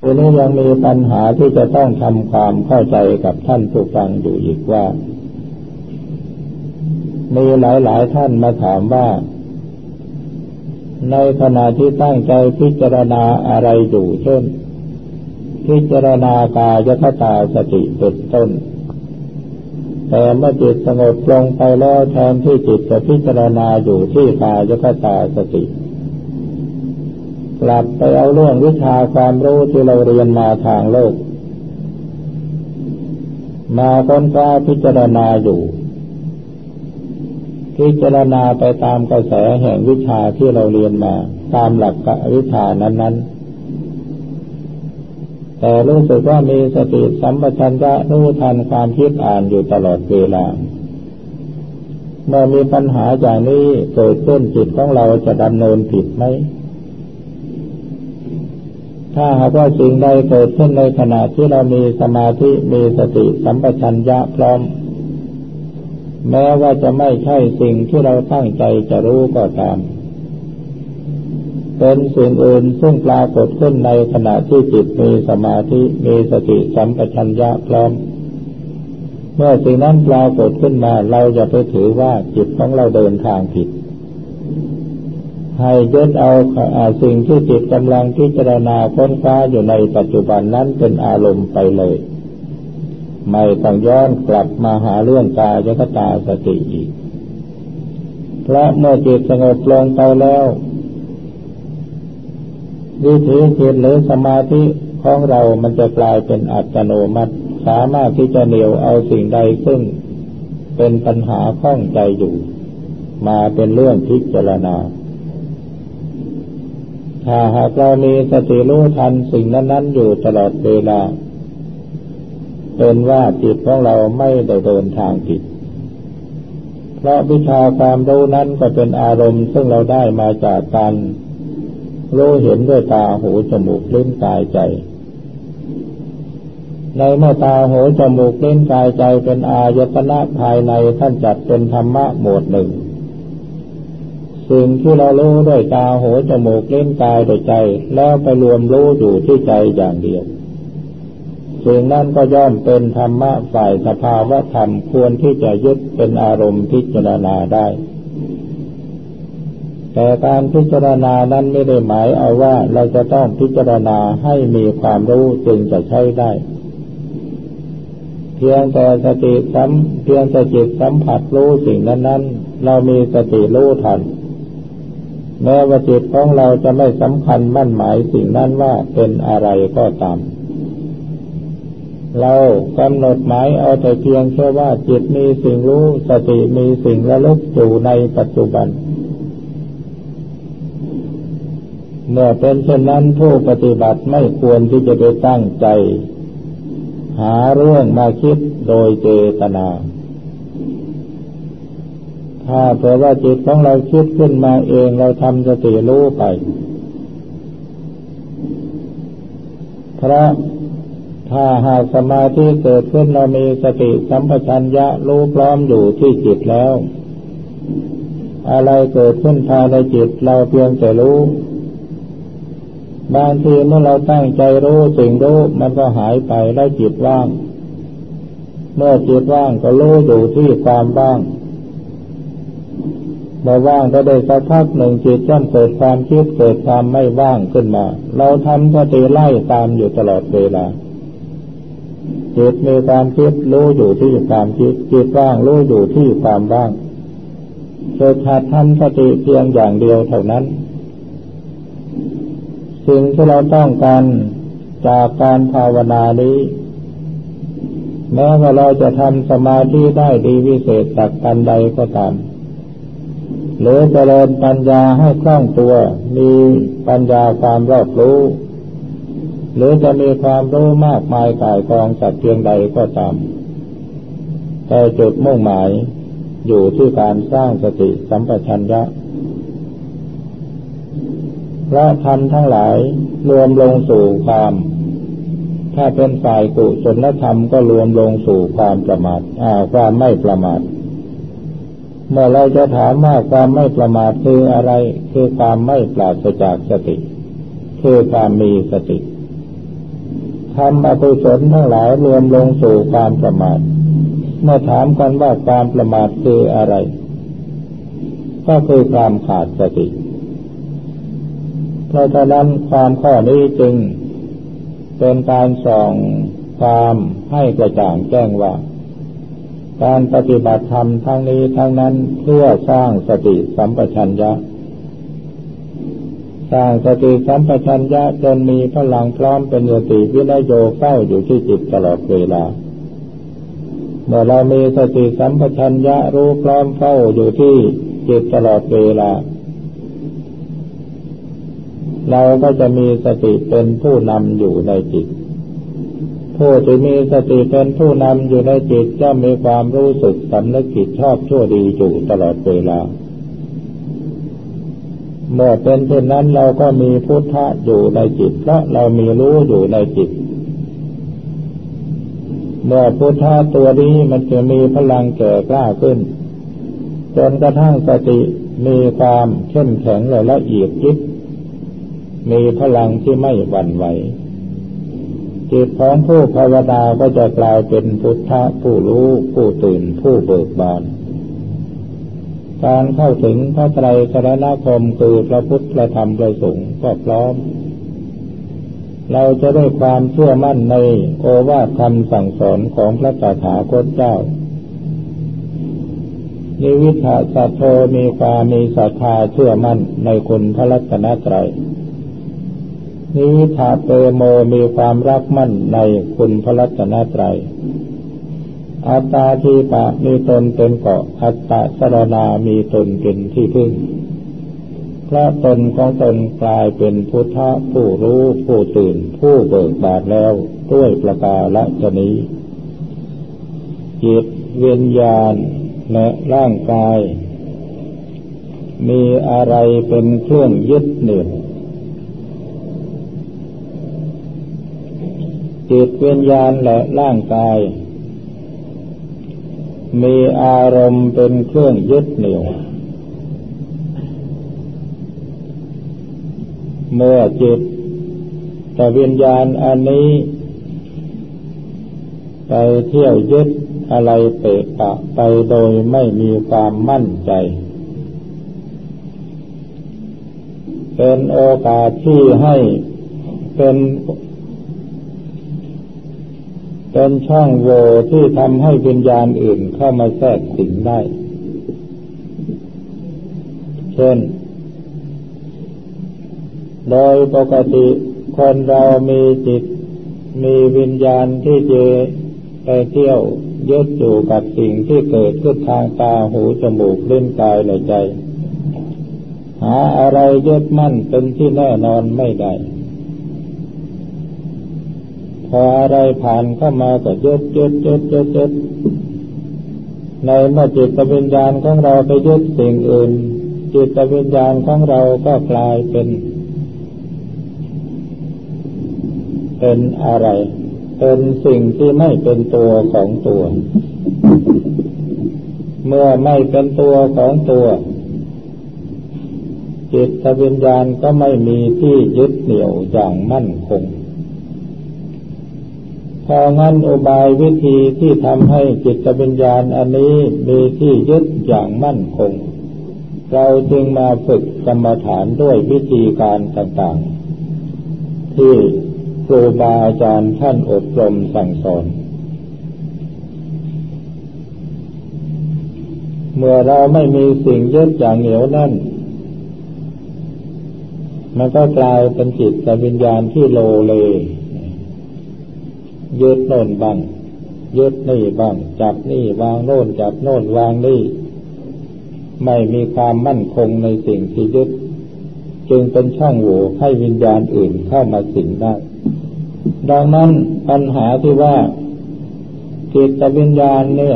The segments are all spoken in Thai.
ทีนี้ยังมีปัญหาที่จะต้องทำความเข้าใจกับท่านผู้ฟังอยู่อีกว่ามีหลายท่านมาถามว่าในขณะที่ตั้งใจพิจารณาอะไรอยู่เช่นพิจารณากายคตาสติเป็นต้นแต่เมื่อจิตสงบลงไปแล้วแทนที่จิตจะพิจารณาอยู่ที่กายคตาสติกลับไปเอาเรื่องวิชาความรู้ที่เราเรียนมาทางโลกมาค้นคว้าพิจารณาอยู่พิจารณาไปตามกระแสแห่งวิชาที่เราเรียนมาตามหลักวิชานั้นๆแต่รู้สึกว่ามีสติสัมปชัญญะรู้ทันความคิดอ่านอยู่ตลอดเวลาเมื่อมีปัญหาอย่างนี้เกิดขึ้นจิตของเราจะดำเนินผิดไหมถ้าหากว่าสิ่งใดเกิดขึ้นในขณะที่เรามีสมาธิมีสติสัมปชัญญะพร้อมแม้ว่าจะไม่ใช่สิ่งที่เราตั้งใจจะรู้ก็ตามเป็นสิ่งอื่นซึ่งปรากฏขึ้นในขณะที่จิตมีสมาธิมีสติสัมปชัญญะพร้อมเมื่อสิ่งนั้นปรากฏขึ้นมาเราอย่าไปถือว่าจิตของเราเดินทางผิดให้ยึดเอาสิ่งที่จิตกำลังพิจารณาค้นคว้าอยู่ในปัจจุบันนั้นเป็นอารมณ์ไปเลยไม่ต้องย้อนกลับมาหาเรื่องกายคตาสติอีกเพราะเมื่อจิตสงบลงไปแล้ววิถีจิตหรือสมาธิของเรามันจะกลายเป็นอัตโนมัติสามารถที่จะเหนี่ยวเอาสิ่งใดซึ่งเป็นปัญหาข้องใจอยู่มาเป็นเรื่องพิจารณาถ้าหากเรามีสติรู้ทันสิ่งนั้นๆอยู่ตลอดเวลาเป็นว่าจิตของเราไม่ได้เดินทางผิดเพราะวิชาความรู้นั้นก็เป็นอารมณ์ซึ่งเราได้มาจากการรู้เห็นด้วยตาหูจมูกลิ้นกายใจในเมื่อตาหูจมูกลิ้นกายใจเป็นอายตนะภายในท่านจัดเป็นธรรมะหมวดหนึ่งสิ่งที่เรารู้ด้วยตาหูจมูกลิ้นกายโดยใจแล้วไปรวมรู้อยู่ที่ใจอย่างเดียวสิ่งนั้นก็ย่อมเป็นธรรมะฝ่ายสภาวะธรรมควรที่จะยึดเป็นอารมณ์พิจารณาได้แต่การพิจารณานั้นไม่ได้หมายเอาว่าเราจะต้องพิจารณาให้มีความรู้จึงจะใช้ได้เพียงแต่จิตสัมผัสรู้สิ่งนั้นๆเรามีสติรู้ทันแม้ว่าจิตของเราจะไม่สำคัญมั่นหมายสิ่งนั้นว่าเป็นอะไรก็ตามเรากำหนดหมายเอาแต่เพียงแค่ว่าจิตมีสิ่งรู้สติมีสิ่งระลึกอยู่ในปัจจุบันเมื่อเป็นเช่นนั้นผู้ปฏิบัติไม่ควรที่จะไปตั้งใจหาเรื่องมาคิดโดยเจตนาถ้าเผื่อว่าจิตของเราคิดขึ้นมาเองเราทำสติรู้ไปเพราะถ้าหากสมาธิเกิดขึ้นเรามีสติสัมปชัญญะรู้พร้อมอยู่ที่จิตแล้วอะไรเกิดขึ้นภายในจิตเราเพียงแต่รู้บางทีเมื่อเราตั้งใจรู้สิ่งรู้มันก็หายไปแล้วจิตว่างเมื่อจิตว่างก็รู้อยู่ที่ความว่างเมื่อว่างก็ได้สักพักหนึ่งจิตย่อมเกิดความคิดเกิดความไม่ว่างขึ้นมาเราทำสติไล่ตามอยู่ตลอดเวลาจิตมีความคิดรู้อยู่ที่ความคิดจิตว่างรู้อยู่ที่ความว่างฝึกหัดทำสติเพียงอย่างเดียวเท่านั้นสิ่งที่เราต้องการจากการภาวนานี้แม้ว่าเราจะทำสมาธิได้ดีวิเศษสักปันใดก็ตามหรือเจริญปัญญาให้คล่องตัวมีปัญญาความรอบรู้หรือจะมีความรู้มากมายก่ายกองสักเพียงใดก็ตามแต่จุดมุ่งหมายอยู่ที่การสร้างสติสัมปชัญญะเพราะธรรมทั้งหลายรวมลงสู่ความถ้าเป็นฝ่ายกุศลธรรมก็รวมลงสู่ความประมาทความไม่ประมาทเมื่อเราจะถามว่าความไม่ประมาทคืออะไรคือความไม่ปราศจากสติคือความมีสติทำอกุศลทั้งหลายรวมลงสู่ความประมาทเมื่อถามกันว่าความประมาทคืออะไรก็คือความขาดสติเพราะฉะนั้นความข้อนี้จึงเป็นการส่องความให้กระจ่างแจ้งว่าการปฏิบัติธรรมทั้งนี้ทั้งนั้นเพื่อสร้างสติสัมปชัญญะสร้างสติสัมปชัญญะจนมีพลังพร้อมเป็นสติวินัยโยเฝ้าอยู่ที่จิตตลอดเวลาเมื่อเรามีสติสัมปชัญญะรู้พร้อมเฝ้าอยู่ที่จิตตลอดเวลาเราก็จะมีสติเป็นผู้นำอยู่ในจิตผู้ที่มีสติเป็นผู้นำอยู่ในจิตจะมีความรู้สึกสำนึกผิดชอบชั่วดีอยู่ตลอดเวลาเมื่อเป็นเช่นนั้นเราก็มีพุทธะอยู่ในจิตเพราะเรามีรู้อยู่ในจิตเมื่อพุทธะตัวนี้มันจะมีพลังแก่กล้าขึ้นจนกระทั่งสติมีความเข้มแข็งและละเอียดยิบมีพลังที่ไม่หวั่นไหวจิตของผู้ภาวนาก็จะกลายเป็นพุทธะผู้รู้ผู้ตื่นผู้เบิกบานการเข้าถึงพระไตรสรณคมคือพระพุทธพระธรรมพระสงฆ์ก็พร้อมเราจะได้ความเชื่อมั่นในโอวาทคำสั่งสอนของพระตถาคตเจ้านิวิทะสัทโธมีความมีศรัทธาเชื่อมั่นในคุณพระรัตนตรัยนิวิทะเปโมมีความรักมั่นในคุณพระรัตนตรัยอัตตาทีปะมีตนเป็นเกาะอัตตะสรณามีตนเป็นที่พึ่งพระตนของตนกลายเป็นพุทธะผู้รู้ผู้ตื่นผู้เบิกบานแล้วด้วยประกาศนี้จิตวิญญาณและร่างกายมีอะไรเป็นเครื่องยึดเหนี่ยวจิตวิญญาณและร่างกายมีอารมณ์เป็นเครื่องยึดเหนี่ยวเมื่อจิตแต่วิญญาณอันนี้ไปเที่ยวยึดอะไรเปะปะไปโดยไม่มีความมั่นใจเป็นโอกาสที่ให้เป็นช่องโหว่ที่ทำให้วิญญาณอื่นเข้ามาแทรกสิงได้เช่นโดยปกติคนเรามีจิตมีวิญญาณที่จะไปเที่ยวยึดอยู่กับสิ่งที่เกิดขึ้นทางตาหูจมูกลิ้นกายและใจหาอะไรยึดมั่นเป็นที่แน่นอนไม่ได้พออะไรผ่านเข้ามาก็ยึดในเมื่อจิตวิญญาณของเราไปยึดสิ่งอื่นจิตวิญญาณของเราก็กลายเป็นอะไรเป็นสิ่งที่ไม่เป็นตัวของตัวเมื่อไม่เป็นตัวของตัวจิตวิญญาณก็ไม่มีที่ยึดเหนี่ยวอย่างมั่นคงเพราะงั้นอุบายวิธีที่ทำให้จิตวิญญาณอันนี้มีที่ยึดอย่างมั่นคงเราจึงมาฝึกกรรมฐานด้วยวิธีการต่างๆที่ครูบาอาจารย์ท่านอบรมสั่งสอนเมื่อเราไม่มีสิ่งยึดอย่างเหนียวแน่นมันก็กลายเป็นจิตวิญญาณที่โลเลยึดโน่นบ้างยึดนี่บ้างจับนี่วางโน่นจับโน่นวางนี่ไม่มีความมั่นคงในสิ่งที่ยึดจึงเป็นช่องโหว่ให้วิญญาณอื่นเข้ามาสิงได้ดังนั้นปัญหาที่ว่าจิตวิญญาณเนี่ย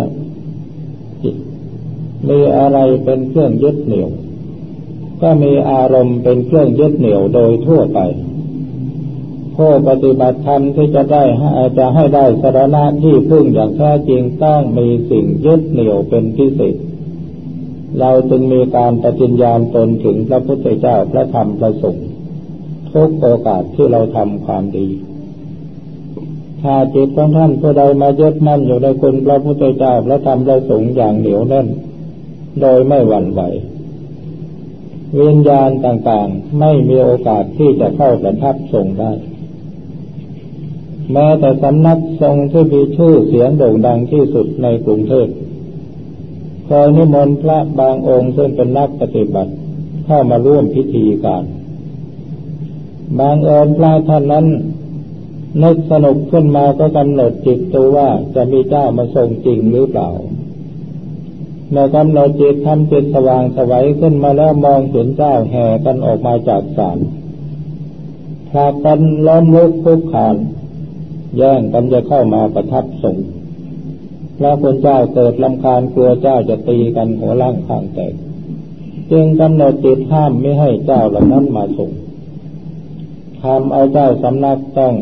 มีอะไรเป็นเครื่องยึดเหนี่ยวก็มีอารมณ์เป็นเครื่องยึดเหนี่ยวโดยทั่วไปผู้ปฏิบัติธรรมที่จะให้ได้สรณะที่พึ่งอย่างแท้จริงต้องมีสิ่งยึดเหนี่ยวเป็นพิเศษเราจึงมีการปฏิญญาณตนถึงพระพุทธเจ้าพระธรรมพระสงฆ์ทุกโอกาสที่เราทำความดีถ้าจิตของท่านผู้ใดมายึดมั่นอยู่ในคุณพระพุทธเจ้าและธรรมและสงฆ์อย่างเหนียวแน่นโดยไม่หวั่นไหววิญญาณต่างๆไม่มีโอกาสที่จะเข้าประทับทรงได้แม้แต่สำนักทรงที่มีชื่อเสียงโด่งดังที่สุดในกรุงเทพเคยนิมนต์พระบางองค์ซึ่งเป็นนักปฏิบัติเข้ามาร่วมพิธีการบางเอิญพระท่านนั้นนึกสนุกขึ้นมาก็กำหนดจิตตัวว่าจะมีเจ้ามาทรงจริงหรือเปล่าเมื่อกำหนดจิตทำจิตสว่างไสวขึ้นมาแล้วมองเห็นเจ้าแห่กันออกมาจากศาลพากันล้อมลุกคุกคานแย่งกันจะเข้ามาประทับทรงพระคุณเจ้าเกิดรำคาญกลัวเจ้าจะตีกันหัวล่างข้างแตกจึงกำหนดจิตห้ามไม่ให้เจ้าเหล่านั้นมาทรงทำเอาเจ้าสำนักต้อง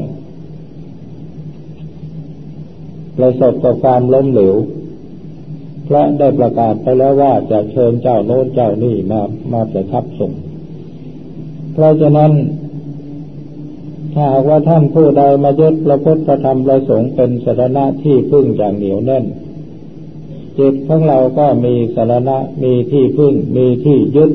ประสบกับความล้มเหลวพระได้ประกาศไปแล้วว่าจะเชิญเจ้าโน้นเจ้านี่มาประทับทรงเพราะฉะนั้นถ้าหากว่าท่านผู้ใดมายึดพระพุทธธรรมประสงค์เป็นสรณะที่พึ่งอย่างเหนียวแน่นจิตของเราก็มีสรณะมีที่พึ่งมีที่ยึด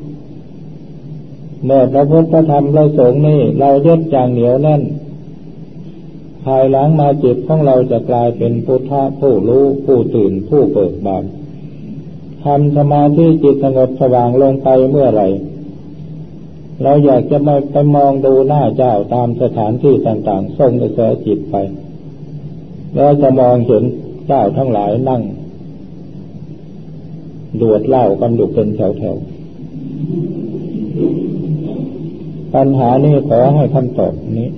เมื่อพระพุทธธรรมประสงค์นี้เรายึดอย่างเหนียวแน่นภายหลังมาจิตของเราจะกลายเป็นพุทธะผู้รู้ผู้ตื่นผู้เบิกบานทำสมาธิจิตสงบสว่างลงไปเมื่อไหร่เราอยากจะไปมองดูหน้าเจ้าตามสถานที่ต่างๆส่งกระแสจิตไปแล้วจะมองเห็นเจ้าทั้งหลายนั่งดวดเหล้ากันอยู่เป็นแถวๆปัญหานี้ขอให้คำตอบนี้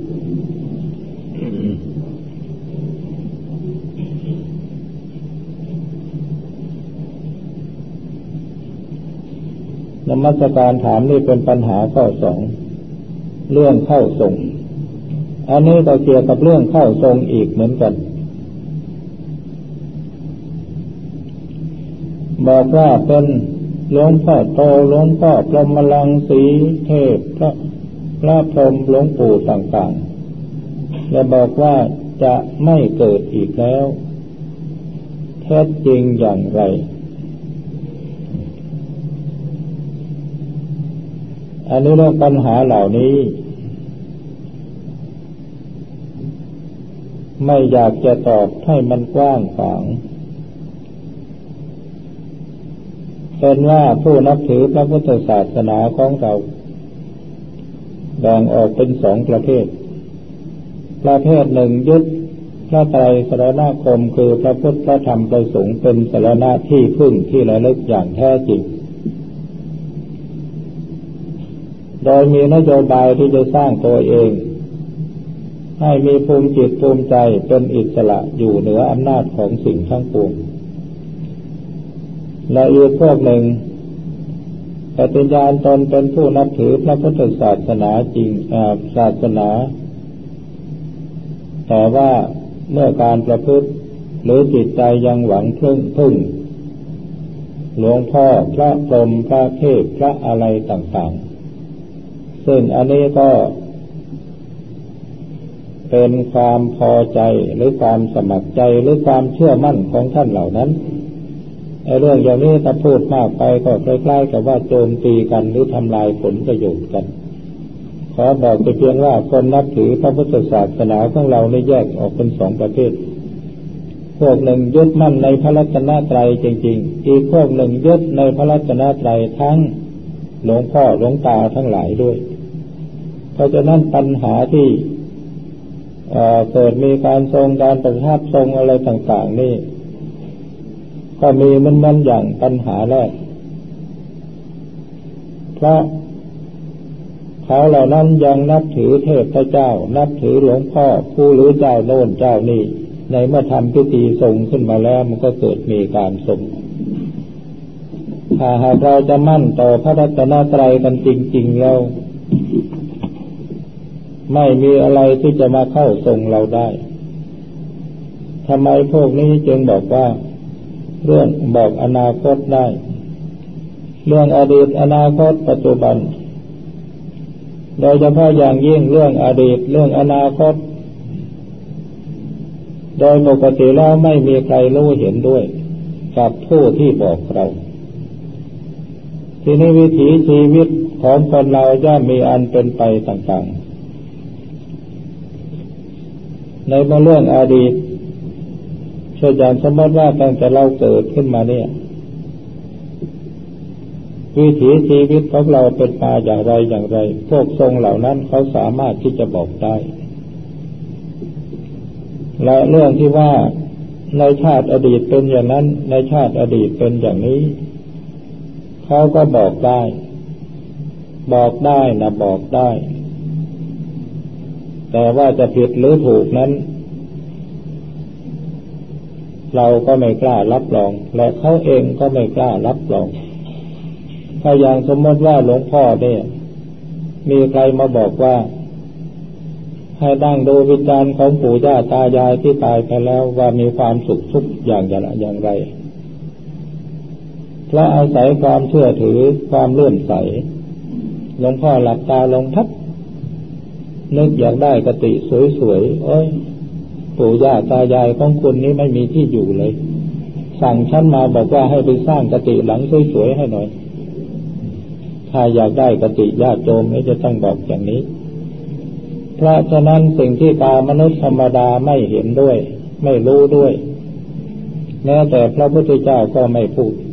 นมัสการถามนี่เป็นปัญหาข้อสองเรื่องเข้าทรงอันนี้ก็เกี่ยวกับเรื่องเข้าทรงอีกเหมือนกันบอกว่าเป็นหลวงพ่อโตหลวงพ่อพรหมรังสีเทพพระพรหมหลวงปู่ต่างๆและบอกว่าจะไม่เกิดอีกแล้วแท้จริงอย่างไรอันนี้เรื่องปัญหาเหล่านี้ไม่อยากจะตอบให้มันกว้างขวางเป็นว่าผู้นับถือพระพุทธศาสนาของเราแบ่งออกเป็นสองประเภทหนึ่งยึดพระไตรสรณคมคือพระพุทธพระธรรมพระสงฆ์เป็นสรณะที่พึ่งที่ระลึกอย่างแท้จริงโดยมีนโยบายที่จะสร้างตัวเองให้มีภูมิจิตภูมิใจเป็นอิสระอยู่เหนืออำนาจของสิ่งทั้งปวงและอีกพวกหนึ่งปฏิญาณตนเป็นผู้นับถือพระพุทธศาสนาจริงศาสนาแต่ว่าเมื่อการประพฤติหรือจิตใจยังหวังพึ่งหลวงพ่อพระพรหมพระเทพพระอะไรต่างๆซึ่งอันนี้ก็เป็นความพอใจหรือความสมัครใจหรือความเชื่อมั่นของท่านเหล่านั้นเรื่องอย่างนี้ถ้าพูดมากไปก็คล้ายๆกับว่าโจมตีกันหรือทำลายผลประโยชน์กันขอบอกเพียงว่าคนนับถือพระพุทธศาสนาของเราได้แยกออกเป็นสองประเภทพวกหนึ่งยึดมั่นในพระรัตนตรัยจริงๆอีกพวกหนึ่งยึดในพระรัตนตรัยทั้งหลวงพ่อหลวงตาทั้งหลายด้วยเพราะฉะนั้นปัญหาที่เกิดมีการทรงการประทับทรงอะไรต่างๆนี่ก็มีมันอย่างปัญหาแรกเพราะเขาเหล่านั้นยังนับถือเทพเจ้านับถือหลวงพ่อผู้หรือเจ้าโน่นเจ้านี่ในเมื่อทำพิธีทรงขึ้นมาแล้วมันก็เกิดมีการทรงถ้าหากเราจะมั่นต่อพระรัตนตรัยกันจริงๆแล้วไม่มีอะไรที่จะมาเข้าทรงเราได้ทำไมพวกนี้จึงบอกว่าเรื่องบอกอนาคตได้เรื่องอดีตอนาคตปัจจุบันโดยเฉพาะอย่างยิ่งเรื่องอดีตเรื่องอนาคตโดยปกติแล้วไม่มีใครรู้เห็นด้วยกับผู้ที่บอกเราทีนี้วิถีชีวิตของคนเราย่อมมีอันเป็นไปต่างๆในเรื่องอดีตเช่นอย่างสมมติว่าตั้งแต่เราเกิดขึ้นมาเนี่ยวิถีชีวิตของเราเป็นมาอย่างไรอย่างไรพวกทรงเหล่านั้นเขาสามารถที่จะบอกได้และเรื่องที่ว่าในชาติอดีตเป็นอย่างนั้นในชาติอดีตเป็นอย่างนี้เขาก็บอกได้บอกได้แต่ว่าจะผิดหรือถูกนั้นเราก็ไม่กล้ารับรองและเขาเองก็ไม่กล้ารับรองถ้าอย่างสมมติว่าหลวงพ่อเนี่ยมีใครมาบอกว่าให้นั่งดูวิญญาณของปู่ย่าตายายที่ตายไปแล้วว่ามีความสุขทุกอย่างไรเพราะอาศัยความเชื่อถือความเลื่อมใสหลวงพ่อหลับตาลงทับนึกอยากได้กติสวยๆโอ้ยปู่ย่าตายายของคุณนี้ไม่มีที่อยู่เลยสั่งฉันมาบอกว่าให้ไปสร้างกติหลังสวยๆให้หน่อยถ้าอยากได้กติญาติโยมจะต้องบอกอย่างนี้เพราะฉะนั้นสิ่งที่ตามนุษย์ธรรมดาไม่เห็นด้วยไม่รู้ด้วยแม้แต่พระพุทธเจ้าก็ไม่พูด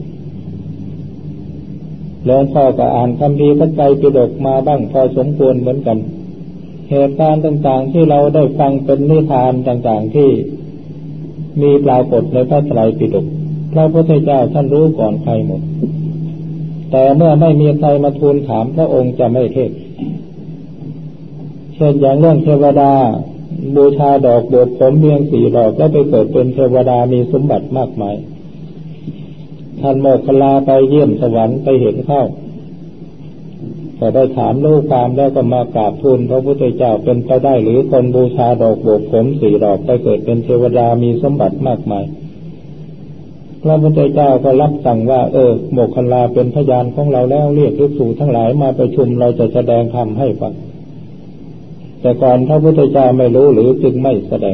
หลวงพ่อก็อ่านคัมภีร์พระไตรปิฎกมาบ้างพอสมควรเหมือนกันเหตุการณ์ต่างๆที่เราได้ฟังเป็นนิทานต่างๆที่มีปรากฏในพระไตรปิฎกพระพุทธเจ้าท่านรู้ก่อนใครหมดแต่เมื่อไม่มีใครมาทูลถามพระองค์จะไม่เทศเช่นอย่างเรื่องเทวดาบูชาดอกบัวผมเพียง4 ดอกแล้วไปเกิดเป็นเทวดามีสมบัติมากมายท่านโมคคัลลาไปเยี่ยมสวรรค์ไปเห็นเข้าก็ได้ถามรู้ความแล้วก็มากราบทูลพระพุทธเจ้าเป็นไปได้หรือคนบูชาดอกบัวผม4 ดอกไปเกิดเป็นเทวดามีสมบัติมากมายพระพุทธเจ้าก็รับสั่งว่าโมคคัลลาเป็นพยานของเราแล้วเรียกภิกษุทั้งหลายมาประชุมเราจะแสดงธรรมให้ฟังแต่ก่อนพระพุทธเจ้าไม่รู้หรือจึงไม่แสดง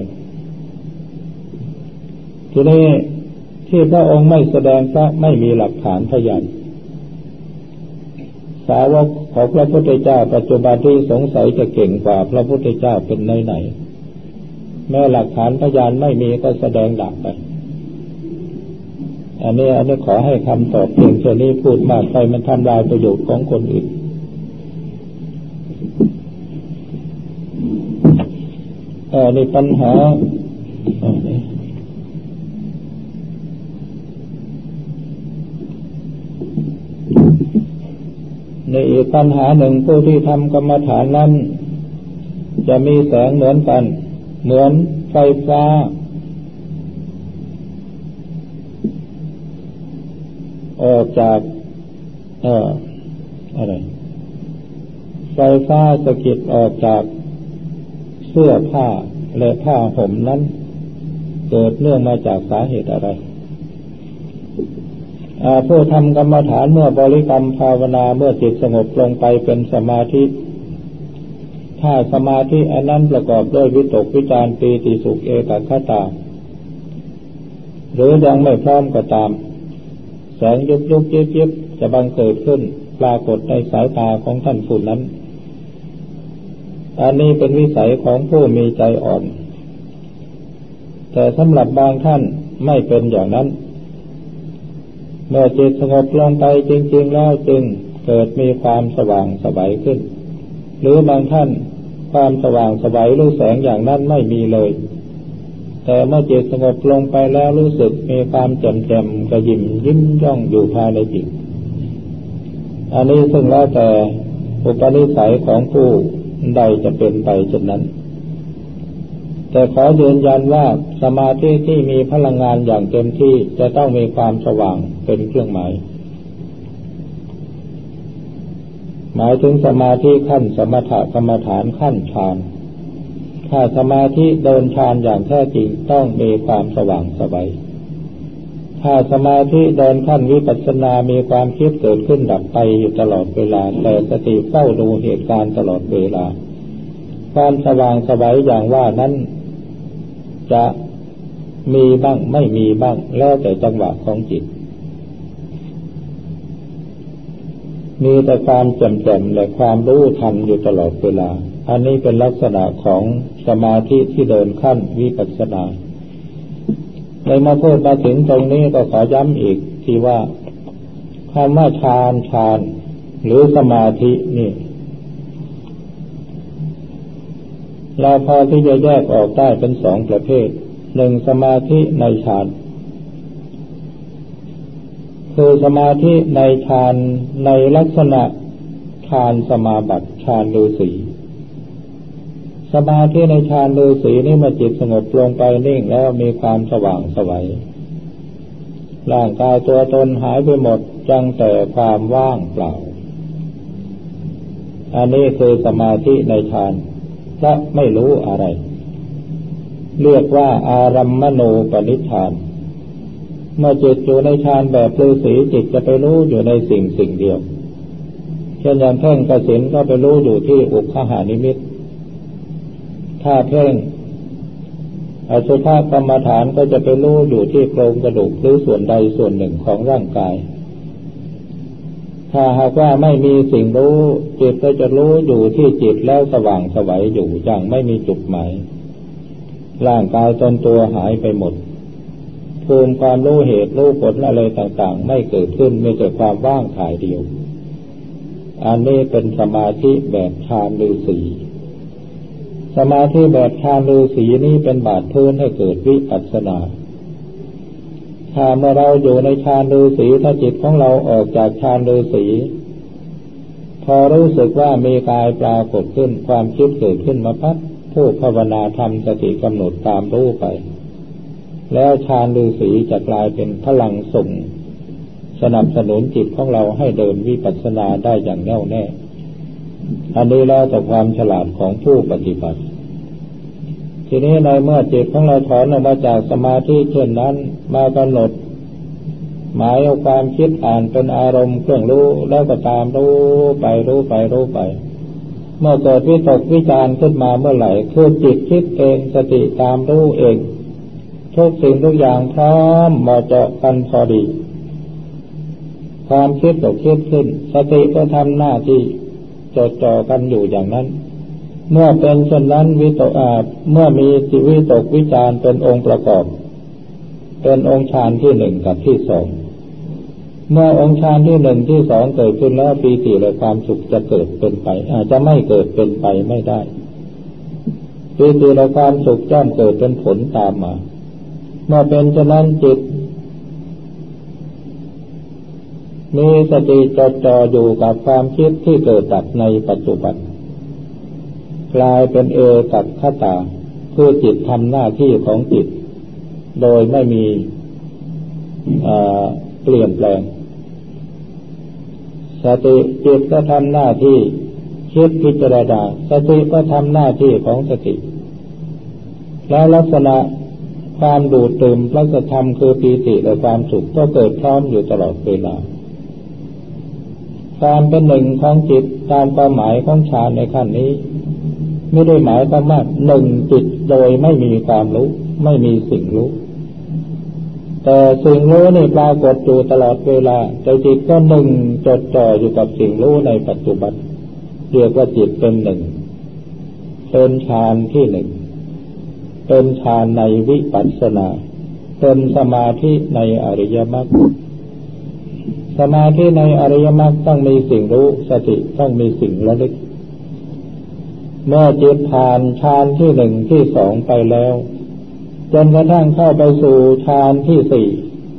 ทีนี้ที่พระองค์ไม่แสดงเพราะไม่มีหลักฐานพยานสาวกของพระพุทธเจ้าปัจจุบันที่สงสัยจะเก่งกว่าพระพุทธเจ้าเป็นไหนแม้หลักฐานพยานไม่มีก็แสดงดับไปอันนี้ขอให้คำตอบเพียงแค่นี้พูดมากไปมันทำลายประโยชน์ของคนอื่นนี่ปัญหาในอีกปัญหาหนึ่งผู้ที่ทำกรรมฐานนั้นจะมีแสงเหมือนกันเหมือนไฟฟ้าออกจากไฟฟ้าสะกิดออกจากเสื้อผ้าและผ้าห่มนั้นเกิดเนื่องมาจากสาเหตุอะไรผู้ทำกรรมฐานเมื่อบริกรรมภาวนาเมื่อจิตสงบลงไปเป็นสมาธิถ้าสมาธิอันนั้นประกอบด้วยวิตกวิจารปีติสุขเอกคตาหรือยังไม่พร้อมก็ตามแสงยุบยิบจะบังเกิดขึ้นปรากฏในสายตาของท่านผู้นั้นอันนี้เป็นวิสัยของผู้มีใจอ่อนแต่สำหรับบางท่านไม่เป็นอย่างนั้นเมื่อจิตสงบลงไปจริงๆแล้วจึงเกิดมีความสว่างไสวขึ้นหรือบางท่านความสว่างไสวหรือแสงอย่างนั้นไม่มีเลยแต่เมื่อจิตสงบลงไปแล้วรู้สึกมีความแจ่มกระยิมยิ้มย่องอยู่ภายในจิตอันนี้ซึ่งแล้วแต่อุปนิสัยของผู้ใดจะเป็นไปเช่นนั้นแต่ขอยืนยันว่าสมาธิที่มีพลังงานอย่างเต็มที่จะต้องมีความสว่างเป็นเครื่องหมายหมายถึงสมาธิขั้นสมถกรรมฐานขั้นฌานถ้าสมาธิเดินฌานอย่างแท้จริงต้องมีความสว่างไสวถ้าสมาธิเดินขั้นวิปัสสนามีความคิดเกิดขึ้นดับไปอยู่ตลอดเวลาแต่สติเฝ้าดูเหตุการณ์ตลอดเวลาความสว่างไสวอย่างว่านั้นจะมีบ้างไม่มีบ้างแล้วแต่จังหวะของจิตมีแต่ความแจ่มๆและความรู้ทันอยู่ตลอดเวลาอันนี้เป็นลักษณะของสมาธิที่เดินขั้นวิปัสสนาในมาพูดมาถึงตรงนี้ก็ขอย้ำอีกทีว่าคำว่าฌานหรือสมาธินี่เราพอที่จะแยกออกได้เป็นสองประเภทหนึ่งสมาธิในฌานคือสมาธิในฌานในลักษณะฌานสมาบัติฌานฤาษีสมาธิในฌานฤาษีนี่เมื่อจิตสงบลงไปนิ่งแล้วมีความสว่างไสวร่างกายตัวตนหายไปหมดจังแต่ความว่างเปล่าอันนี้คือสมาธิในฌานและไม่รู้อะไรเรียกว่าอารัมมณูปนิชฌานเมื่อจิตอยู่ในฌานแบบฤาษีจิตจะไปรู้อยู่ในสิ่งเดียวเช่นอย่างเพ่งกสิณก็ไปรู้อยู่ที่อุคหานิมิตถ้าเพ่งอสุภกรรมฐานก็จะไปรู้อยู่ที่โครงกระดูกหรือส่วนใดส่วนหนึ่งของร่างกายถ้าหากว่าไม่มีสิ่งรู้จิตก็จะรู้อยู่ที่จิตแล้วสว่างไสวอยู่อย่างไม่มีจุดหมายร่างกายตนตัวหายไปหมดภูมิความรู้เหตุรู้ผลอะไรต่างๆไม่เกิดขึ้นมีแต่ความว่างถ่ายเดียวอันนี้เป็นสมาธิแบบฌานฤาษีสมาธิแบบฌานฤาษีนี้เป็นบาดพื้นให้เกิดวิปัสสนาถ้าเมื่อเราอยู่ในฌานฤาษีถ้าจิตของเราออกจากฌานฤาษีพอรู้สึกว่ามีกายปรากฏขึ้นความคิดเกิดขึ้นมาปั๊บผู้ภาวนาทำสติกำหนดตามรู้ไปแล้วฌานฤาษีจะกลายเป็นพลังส่งสนับสนุนจิตของเราให้เดินวิปัสสนาได้อย่างแน่วแน่อันนี้แล้วแต่ความฉลาดของผู้ปฏิบัติทีนี้ในเมื่อจิตของเราถอนออกมาจากสมาธิเช่นนั้นมากำหนดหมายเอาความคิดอ่านเป็นอารมณ์เครื่องรู้แล้วก็ตามรู้ไปเมื่อเกิดวิตกวิจารขึ้นมาเมื่อไหร่คือจิตคิดเองสติตามรู้เองทุกสิ่งทุกอย่างพร้อมเหมาะเจาะกันพอดีความคิดก็คิดขึ้นสติก็ทำหน้าที่จดจ่อกันอยู่อย่างนั้นเมื่อเป็นเช่นนั้นเมื่อมีวิตกวิจารเป็นองค์ประกอบเป็นองค์ฌานที่หนึ่งกับที่สองเมื่อองค์ฌานที่หนึ่งที่สองเกิดขึ้นแล้วปีติและความสุขจะเกิดเป็นไปจะไม่เกิดเป็นไปไม่ได้ปีติและความสุขย่อมเกิดเป็นผลตามมาเมื่อเป็นเช่นนั้นจิตมีสติจดจ่ออยู่กับความคิดที่เกิดดับในปัจจุบันกลายเป็นเอกัคคตาคือจิตทำหน้าที่ของจิตโดยไม่มีเปลี่ยนแปลงสติจิตก็ทำหน้าที่คิดพิจารณาสติก็ทำหน้าที่ของสติแล้วลักษณะความดูดดื่มพระธรรมคือปีติและความสุขก็เกิดพร้อมอยู่ตลอดเวลาการเป็นหนึ่งของจิตตามความหมายของฌานในขั้นนี้ไม่ได้หมายความว่าหนึ่งจิตโดยไม่มีความรู้ไม่มีสิ่งรู้แต่สิ่งรู้นี่ปรากฏอยู่ตลอดเวลาแต่จิตก็หนึ่งจดจ่ออยู่กับสิ่งรู้ในปัจจุบันเรียกว่าจิตเป็นหนึ่งเป็นฌานที่หนึ่งเป็นฌานในวิปัสสนาเป็นสมาธิในอริยมรรคสมาธิในอริยมรรคต้องมีสิ่งรู้สติต้องมีสิ่งระลึกเมื่อจิตผ่านฌานที่หนึ่งที่สองไปแล้วจนกระทั่งเข้าไปสู่ฌานที่สี่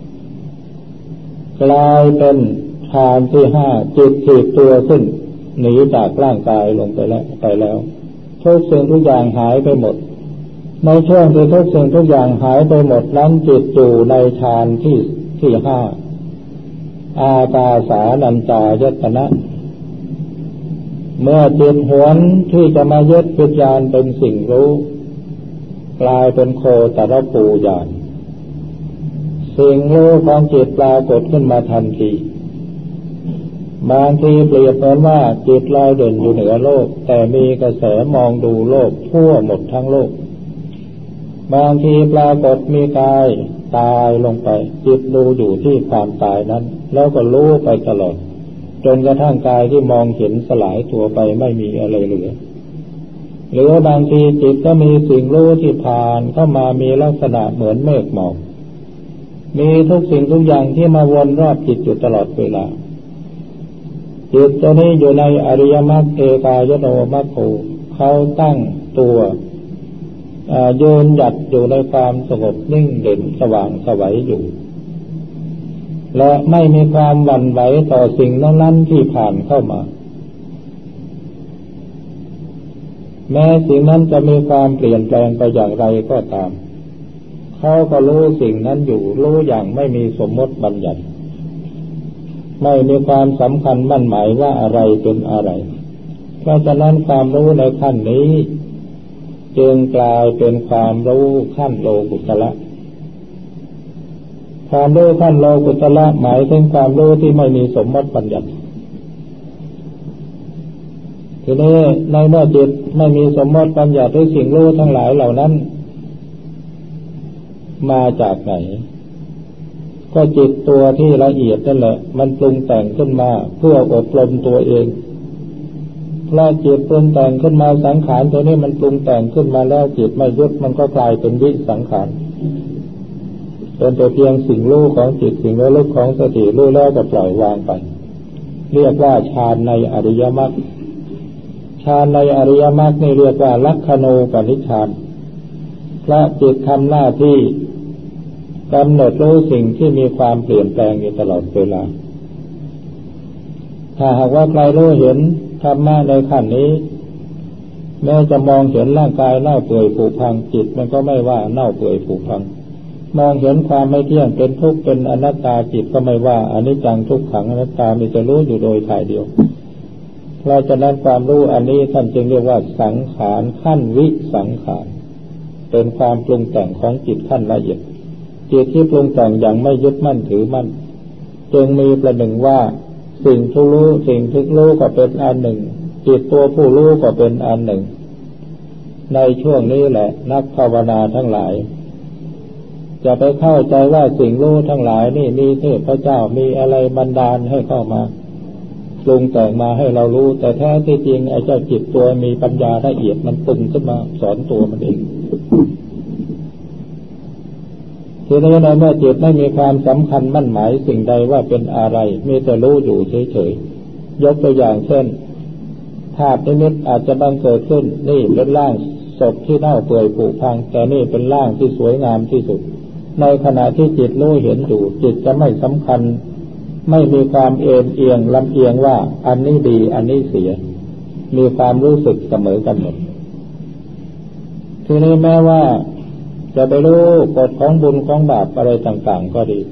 กลายเป็นฌานที่ห้าจิตถีบตัวขึ้นหนีจากร่างกายลงไปแล้วทุกสิ่งทุกอย่างหายไปหมดในช่วงที่ทุกสิ่งทุกอย่างหายไปหมดนั้นจิตอยู่ในฌานที่ห้าอากาสานัญจายตนะเมื่อจิตหวนที่จะมายึดวิญญาณเป็นสิ่งรู้กลายเป็นโคตรภูญาณสิ่งรู้ของจิตปรากฏขึ้นมาทันทีบางทีเปรียบเหมือนว่าจิตลอยเด่นอยู่เหนือโลกแต่มีกระแสมองดูโลกทั่วหมดทั้งโลกบางทีปรากฏมีกายตายลงไปจิตดูอยู่ที่ความตายนั้นแล้วก็รู้ไปตลอดจนกระทั่งกายที่มองเห็นสลายตัวไปไม่มีอะไรเหลือหรือบางทีจิตก็มีสิ่งรู้ที่ผ่านเข้ามามีลักษณะเหมือนเมฆหมอกมีทุกสิ่งทุกอย่างที่มาวนรอบจิตอยู่ตลอดเวลาจิตตัวนี้อยู่ในอริยมรรคเอกายโนมัคโคเขาตั้งตัวยืนหยัดอยู่ในความสงบนิ่งเด่นสว่างไสวอยู่และไม่มีความหวั่นไหวต่อสิ่งนั้นที่ผ่านเข้ามาแม้สิ่งนั้นจะมีความเปลี่ยนแปลงไปอย่างไรก็ตามเขาก็รู้สิ่งนั้นอยู่รู้อย่างไม่มีสมมติบัญญัติไม่มีความสำคัญมั่นหมายว่าอะไรเป็นอะไรเพราะฉะนั้นความรู้ในขั้นนี้จึงกลายเป็นความรู้ขั้นโลกุตระความรู้ขั้นโลกุตระหมายถึงความรู้ที่ไม่มีสมมติบัญญัติทีนี้ในเมื่อจิตไม่มีสมมติบัญญัติด้วยสิ่งรู้ทั้งหลายเหล่านั้นมาจากไหนก็จิตตัวที่ละเอียดนั่นแหละมันปรุงแต่งขึ้นมาเพื่ออบรมตัวเองเพราะจิตปรุงแต่งขึ้นมาสังขารตัวนี้มันปรุงแต่งขึ้นมาแล้วจิตไม่ยึดมันก็กลายเป็นวิสังขารเป็นแต่เพียงสิ่งรู้ของจิตสิ่งระลึกของสติรู้แล้วก็ปล่อยวางไปเรียกว่าฌานในอริยมรรคฌานในอริยมรรคนี่เรียกว่าลักขณูปนิชฌานพระจิตทำหน้าที่กำหนดรู้สิ่งที่มีความเปลี่ยนแปลงอยู่ตลอดเวลาถ้าหากว่าใครรู้เห็นธรรมะในขั้นนี้แม้จะมองเห็นร่างกายเน่าเปื่อยผุพังจิตมันก็ไม่ว่าเน่าเปื่อยผุพังมองเห็นความไม่เที่ยงเป็นทุกข์เป็นอนัตตาจิตก็ไม่ว่าอนิจจังทุกขังอนัตตามีแต่รู้อยู่โดยถ่ายเดียวเพราะฉะนั้นความรู้อันนี้ท่านจึงเรียกว่าสังขารขั้นวิสังขารเป็นความปรุงแต่งของจิตขั้นละเอียดจิตที่ปรุงแต่งอย่างไม่ยึดมั่นถือมั่นจึงมีประหนึ่งว่าสิ่งที่รู้สิ่งที่รู้ก็เป็นอันหนึ่งจิตตัวผู้รู้ก็เป็นอันหนึ่งในช่วงนี้แหละนักภาวนาทั้งหลายจะไปเข้าใจว่าสิ่งรู้ทั้งหลายนี่มีเทพเจ้ามีอะไรบันดาลให้เข้ามาปรุงแต่งมาให้เรารู้แต่แท้ที่จริงไอ้เจ้าจิตตัวมีปัญญาละเอียดมันปรุงขึ้นมาสอนตัวมันเองทีนี้ในเมื่อจิตไม่มีความสำคัญมั่นหมายสิ่งใดว่าเป็นอะไรมีแต่รู้อยู่เฉยๆยกตัวอย่างเช่นภาพนิมิตอาจจะบังเกิดขึ้นนี่เป็นร่างศพที่เน่าเปื่อยผุพังแต่นี่เป็นร่างที่สวยงามที่สุดในขณะที่จิตรู้เห็นอยู่จิตจะไม่สำคัญไม่มีความเอ็นเอียงลำเอียงว่าอันนี้ดีอันนี้เสียมีความรู้สึกเสมอกันหมดทีนี้แม้ว่าจะไปรู้กฎของบุญของบาปอะไรต่างๆก็ดี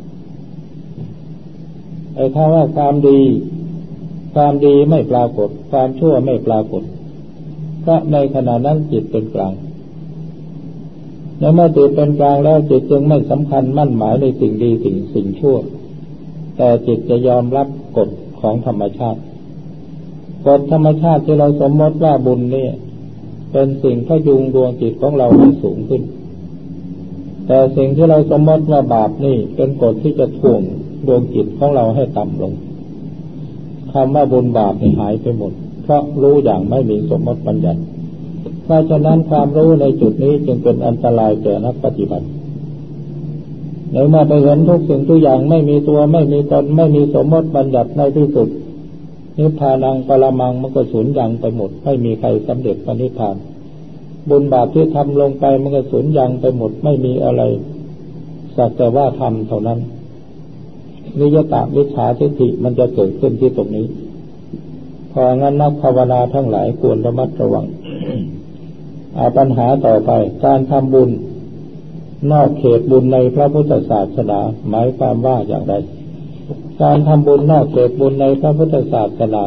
ไอ้ถ้าว่าความดีไม่ปรากฏความชั่วไม่ปรากฏก็ในขณะนั้นจิตเป็นกลางในเมื่อจิตเป็นกลางแล้วจิตจึงไม่สำคัญมั่นหมายในสิ่งดีสิ่งชั่วแต่จิตจะยอมรับกฎของธรรมชาติกฎธรรมชาติที่เราสมมติว่าบุญนี่เป็นสิ่งพยุงดวงจิตของเราให้สูงขึ้นแต่สิ่งที่เราสมมติว่าบาปนี่เป็นกฎที่จะถ่วงดวงจิตของเราให้ต่ำลงคำว่าบุญบาปหายไปหมดเพราะรู้อย่างไม่มีสมมติบัญญัติเพราะฉะนั้นความรู้ในจุดนี้จึงเป็นอันตรายแก่นักปฏิบัติในเมื่อไปเห็นทุกสิ่งทุกอย่างไม่มีตัวไม่มีตนไม่มีสมมติบัญญัติในที่สุดนิพพานังปรมังมันก็สูญยังไปหมดไม่มีใครสำเร็จพระนิพพานบุญบาปที่ทำลงไปมันก็สูญยังไปหมดไม่มีอะไรสักแต่ว่าทำเท่านั้นนิยตมิจฉาทิฏฐิมันจะเกิดขึ้นที่ตรงนี้เพราะงั้นนักภาวนาทั้งหลายควรระมัดระวัง ปัญหาต่อไปการทำบุญนอกเขตบุญในพระพุทธศาสนาหมายความว่าอย่างไรการทำบุญนอกเขตบุญในพระพุทธศาสนา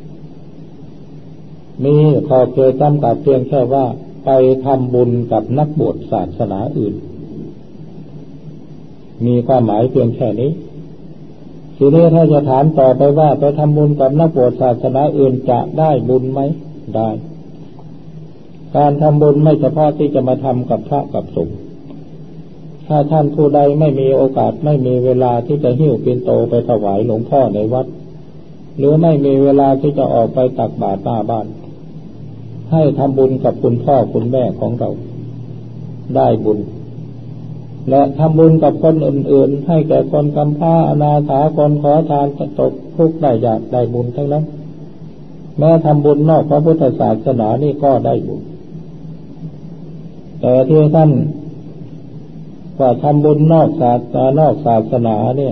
มีขอบเขตจำกัดเพียงแค่ว่าไปทำบุญกับนักบวชศาสนาอื่นมีความหมายเพียงแค่นี้ทีนี้ถ้าจะถามต่อไปว่าไปทำบุญกับนักบวชศาสนาอื่นจะได้บุญไหมได้การทำบุญไม่เฉพาะที่จะมาทำกับพระกับสงฆ์ถ้าท่านผู้ใดไม่มีโอกาสไม่มีเวลาที่จะหิ้วปิ่นโตไปถวายหลวงพ่อในวัดหรือไม่มีเวลาที่จะออกไปตักบาตรหน้าบ้านให้ทำบุญกับคุณพ่อคุณแม่ของเราได้บุญและทำบุญกับคนอื่นๆให้แก่คนกำพร้าอนาถาคนขอทานตกทุกข์ได้ยากได้บุญทั้งนั้นแม้ทำบุญนอกพระพุทธศาสนานี่ก็ได้บุญแต่ที่ท่านว่าทำบุญนอกศาสนาเนี่ย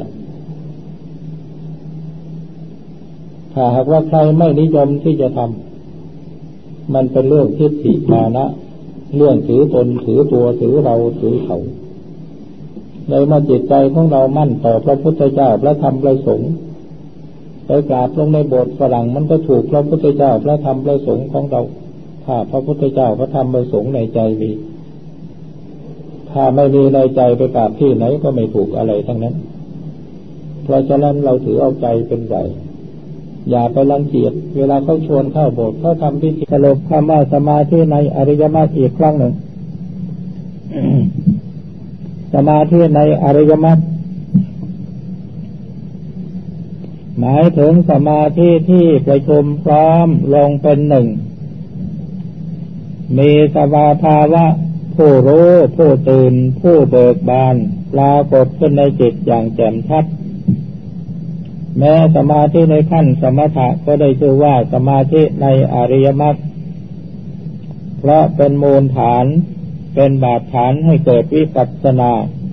ถ้าหากว่าใครไม่นิยมที่จะทำมันเป็นเรื่องทิฏฐิมานะเรื่องถือตนถือตัวถือเราถือเขาในเมื่อจิตใจของเรามั่นต่อพระพุทธเจ้าพระธรรมพระสงฆ์ไปกราบลงในโบสถ์ฝรั่งมันก็ถูกพระพุทธเจ้าพระธรรมพระสงฆ์ของเราถ้าพระพุทธเจ้าพระธรรมพระสงฆ์ในใจมีถ้าไม่มีในใจไปกราบที่ไหนก็ไม่ถูกอะไรทั้งนั้นเพราะฉะนั้นเราถือเอาใจเป็นใหญ่อย่าไปรังเกียจเวลาเขาชวนเข้าโบสถ์เขาทำพิธีสรุปคำว่าสมาธิในอริยมรรคอีกครั้งหนึ่ง สมาธิในอริยมรรคหมายถึงสมาธิที่ประชุมพร้อมลงเป็นหนึ่งมีสภาวะผู้รู้ผู้ตื่นผู้เบิกบานปรากฏขึ้นในจิตอย่างแจ่มชัดแม้สมาธิในขั้นสมถะก็ได้ชื่อว่าสมาธิในอริยมรรคเพราะเป็นมูลฐานเป็นบาดฐานให้เกิดวิปัสสนา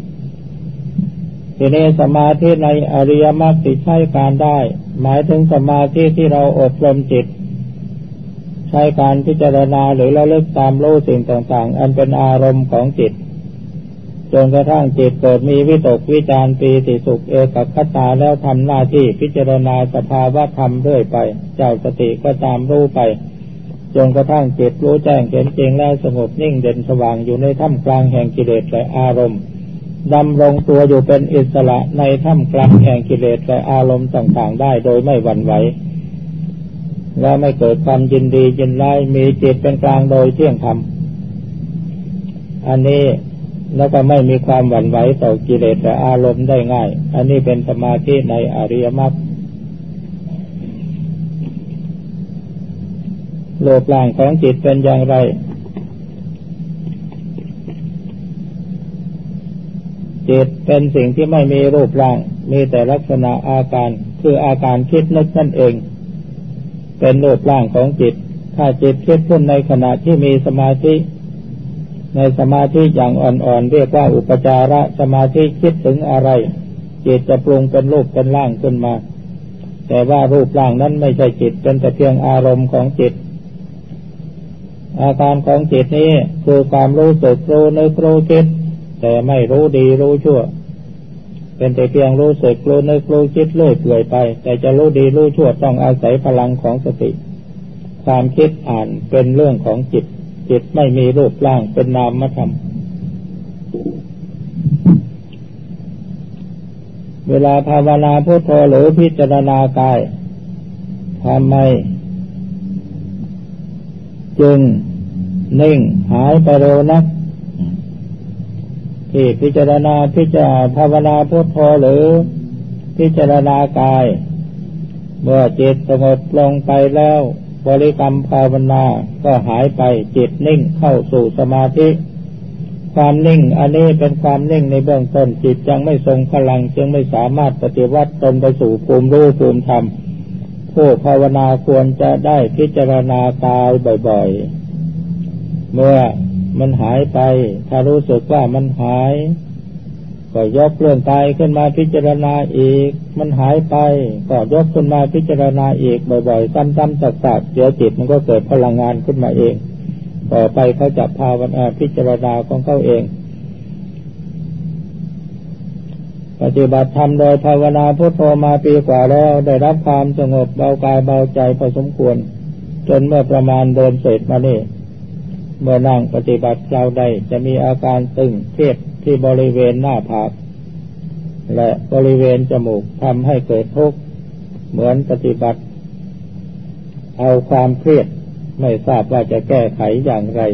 ทีนี้สมาธิในอริยมรรคที่ใช้การได้หมายถึงสมาธิที่เราอบรมจิตใช้การพิจารณาหรือระลึกตามรู้สิ่งต่างๆอันเป็นอารมณ์ของจิตจนกระทั่งจิตเกิดมีวิตกวิจารปีติสุขเอกคตาแล้วทำหน้าที่พิจารณาสภาวะธรรมเรื่อยไปเจ้าสติก็ตามรู้ไปจนกระทั่งจิตรู้แจ้งเห็นจริงแล้วสงบนิ่งเด่นสว่างอยู่ในท่ามกลางแห่งกิเลสและอารมณ์ดำรงตัวอยู่เป็นอิสระในท่ามกลางแห่งกิเลสและอารมณ์ต่างๆได้โดยไม่หวั่นไหวและไม่เกิดความยินดียินร้ายมีจิตเป็นกลางโดยเที่ยงธรรมอันนี้แล้วก็ไม่มีความหวั่นไหวต่อกิเลสและอารมณ์ได้ง่ายอันนี้เป็นสมาธิในอริยมรรคโลกล่างของจิตเป็นอย่างไรจิตเป็นสิ่งที่ไม่มีรูปร่างมีแต่ลักษณะอาการคืออาการคิดนึกนั่นเองเป็นรูปร่างของจิตถ้าจิตคิดขึ้นในขณะที่มีสมาธิในสมาธิอย่างอ่อนๆเรียกว่าอุปจารสมาธิคิดถึงอะไรจิตจะปรุงเป็นรูปเป็นร่างขึ้นมาแต่ว่ารูปร่างนั้นไม่ใช่จิตเป็นแต่เพียงอารมณ์ของจิตอาการของจิตนี้คือความรู้สึกรู้นึกรู้คิดแต่ไม่รู้ดีรู้ชั่วเป็นแต่เพียงรู้สึกรู้นึกรู้คิดเลื่อยเปื่อยไปแต่จะรู้ดีรู้ชั่วต้องอาศัยพลังของสติความคิดอ่านเป็นเรื่องของจิตจิตไม่มีรูปร่างเป็นนามธรรมเวลาภาวนาพุทโธหรือพิจารณากายทำไมจึงนิ่งหายไปเร็วนักที่พิจารณาภาวนาพุทโธหรือพิจารณากายเมื่อจิตสงบลงไปแล้วบริกรรมภาวนาก็หายไปจิตนิ่งเข้าสู่สมาธิความนิ่งอันนี้เป็นความนิ่งในเบื้องต้นจิตยังไม่ทรงพลังจึงไม่สามารถปฏิวัติตนไปสู่ภูมิรู้ภูมิธรรมผู้ภาวนาควรจะได้พิจารณากายบ่อยๆเมื่อมันหายไปถ้ารู้สึกว่ามันหายก็ยกเรื่องกายขึ้นมาพิจารณาอีกมันหายไปก็ยกขึ้นมาพิจารณาอีกบ่อยๆซ้ำๆซักๆเดี๋ยวจิตมันก็เกิดพลังงานขึ้นมาเองต่อไปเขาจะภาวนาพิจารณาของเขาเองปฏิบัติธรรมโดยภาวนาพุทโธมาปีกว่าแล้วได้รับความสงบเบากายเบาใจพอสมควรจนเมื่อประมาณเดือนเศษมานี่เมื่อนั่งปฏิบัติคราวใดจะมีอาการตึงเครียดที่บริเวณหน้าผากและบริเวณจมูกทำให้เกิดทุกข์เหมือนปฏิบัติเอาความเครียดไม่ทราบว่าจะแก้ไขอย่างไร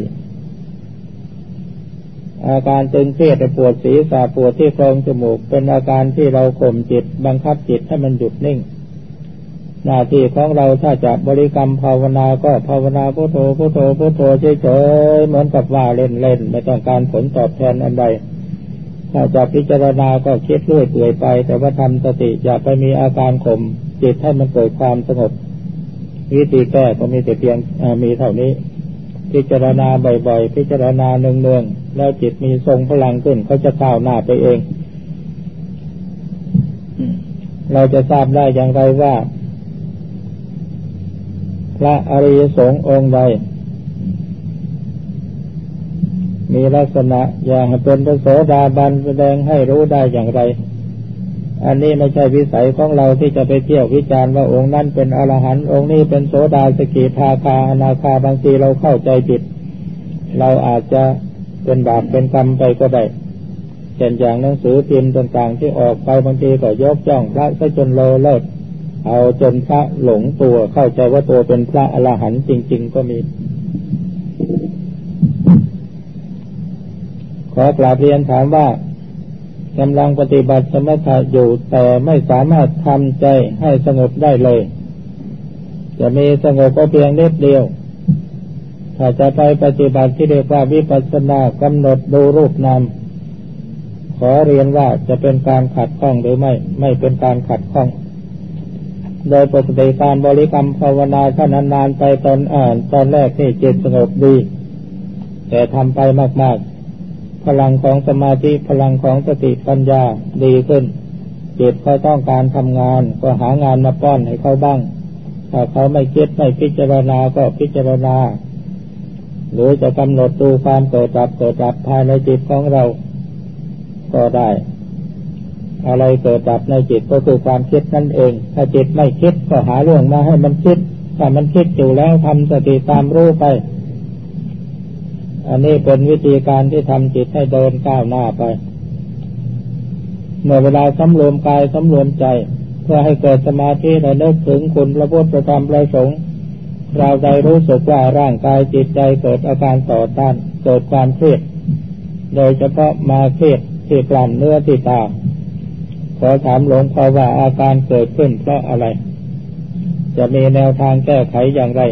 อาการตึงเครียดปวดศีรษะปวดที่โพรงจมูกเป็นอาการที่เราข่มจิตบังคับจิตให้มันหยุดนิ่งหน้าที่ของเราถ้าจะบริกรรมภาวนาก็ภาวนาพุทโธพุทโธพุทโธเฉยๆเหมือนกับว่าเล่นๆไม่ต้องการผลตอบแทนอันใดถ้าจะพิจารณาก็คิดเรื่อยเปื่อยไปแต่ว่าทำสติอย่าไปมีอาการข่มจิตให้มันเกิดความสงบวิธีแก้ก็มีแต่เพียงมีเท่านี้พิจารณาบ่อยๆพิจารณาเนืองๆแล้วจิตมีทรงพลังขึ้นก็จะก้าวหน้าไปเองเราจะทราบได้อย่างไรว่าพระอริยสงฆ์องค์ใดมีลักษณะอย่างเป็นพระโสดาบันแสดงให้รู้ได้อย่างไรอันนี้ไม่ใช่วิสัยของเราที่จะไปเที่ยววิจารณ์ว่าองค์นั้นเป็นอรหันต์องค์นี้เป็นโสดาสกิทาคาอนาคาบางทีเราเข้าใจผิดเราอาจจะเป็นบาปเป็นกรรมไปก็ได้เช่นอย่างหนังสือพิมพ์ต่างๆที่ออกไปบางทีก็ยกย่องพระซะจนโลเลิศเอาจนพระหลงตัวเข้าใจว่าตัวเป็นพระอรหันต์จริงๆก็มีขอกราบเรียนถามว่ากำลังปฏิบัติสมถะอยู่แต่ไม่สามารถทำใจให้สงบได้เลยจะมีสงบก็เพียงนิดเดียวถ้าจะไปปฏิบัติที่เรียกว่าวิปัสสนากำหนดดูรูปนามขอเรียนว่าจะเป็นการขัดข้องหรือไม่เป็นการขัดข้องโดยปกติการบริกรรมภาวนาถ้านานๆไปตอนแรกนี่จิตสงบดีแต่ทำไปมากๆพลังของสมาธิพลังของสติปัญญาดีขึ้นจิตเขาต้องการทำงานก็หางานมาป้อนให้เขาบ้างถ้าเขาไม่คิดไม่พิจารณาก็พิจารณาหรือจะกำหนดดูความเกิดดับภายในจิตของเราก็ได้อะไรเกิดดับในจิตก็คือความคิดนั่นเองถ้าจิตไม่คิดก็หาเรื่องมาให้มันคิดถ้ามันคิดอยู่แล้วทำสติตามรู้ไปอันนี้เป็นวิธีการที่ทำจิตให้เดินก้าวหน้าไปเมื่อเวลาสำรวมกายสำรวมใจเพื่อให้เกิดสมาธิและนึกถึงคุณพระพุทธพระธรรมพระสงฆ์เราได้รู้สึกว่าร่างกายจิตใจเกิดอาการต่อต้านเกิดความเครียดโดยเฉพาะมาเครียดที่กล้ามเนื้อที่ตาขอถามหลวงพ่อว่าอาการเกิดขึ้นเพราะอะไรจะมีแนวทางแก้ไขอย่างไร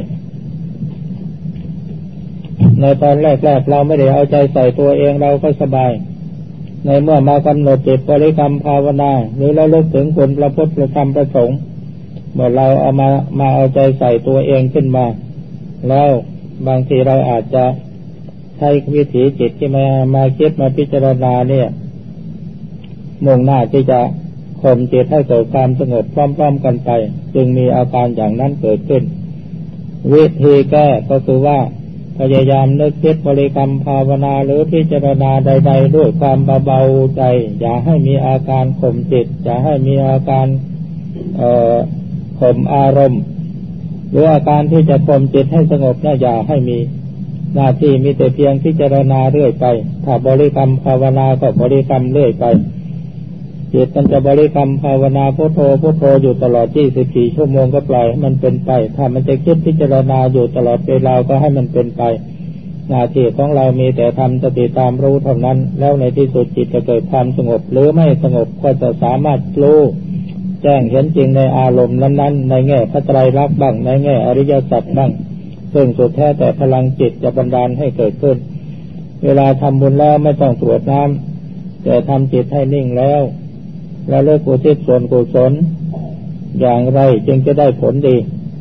ในตอนแรกเราไม่ได้เอาใจใส่ตัวเองเราก็สบายในเมื่อมากำหนดจิตบริกรรมภาวนาหรือเราเลิกถึงคุณพระพุทธพระธรรมพระสงฆ์เมื่อเราเอามาเอาใจใส่ตัวเองขึ้นมาแล้วบางทีเราอาจจะใช้วิถีจิตที่มาคิดมาพิจารณาเนี่ยมุ่งหน้าที่จะข่มจิตให้เกิดความสงบพร้อมๆกันไปจึงมีอาการอย่างนั้นเกิดขึ้นวิธีแก้ก็คือว่าพยายามนึกคิดบริกรรมภาวนาหรือพิจารณาใดๆด้วยความเบาใจอย่าให้มีอาการข่มจิตอย่าให้มีอาการข่มอารมณ์หรืออาการที่จะข่มจิตให้สงบน่ะอย่าให้มีหน้าที่มีแต่เพียงพิจารณาเรื่อยไปถ้าบริกรรมภาวนาก็บริกรรมเรื่อยไปจิตมันจะบริกรรมภาวนาพุทโธพุทโธอยู่ตลอด24ชั่วโมงก็ปล่อยให้มันเป็นไปถ้ามันจะคิดพิจารณาอยู่ตลอดเวลาก็ให้มันเป็นไปหน้าที่ของเรามีแต่ทำสติตามรู้เท่านั้นแล้วในที่สุดจิตจะเกิดความสงบหรือไม่สงบก็จะสามารถรู้แจ้งเห็นจริงในอารมณ์นั้นๆในแง่พระไตรลักษณ์บ้างในแง่อริยสัจบ้างซึ่งสุดแท้แต่พลังจิตจะบันดาลให้เกิดขึ้นเวลาทำบุญแล้วไม่ต้องตรวจน้ำแต่ทำจิตให้นิ่งแล้วและเลิกอุทิศส่วนกุศลอย่างไรจึงจะได้ผลดี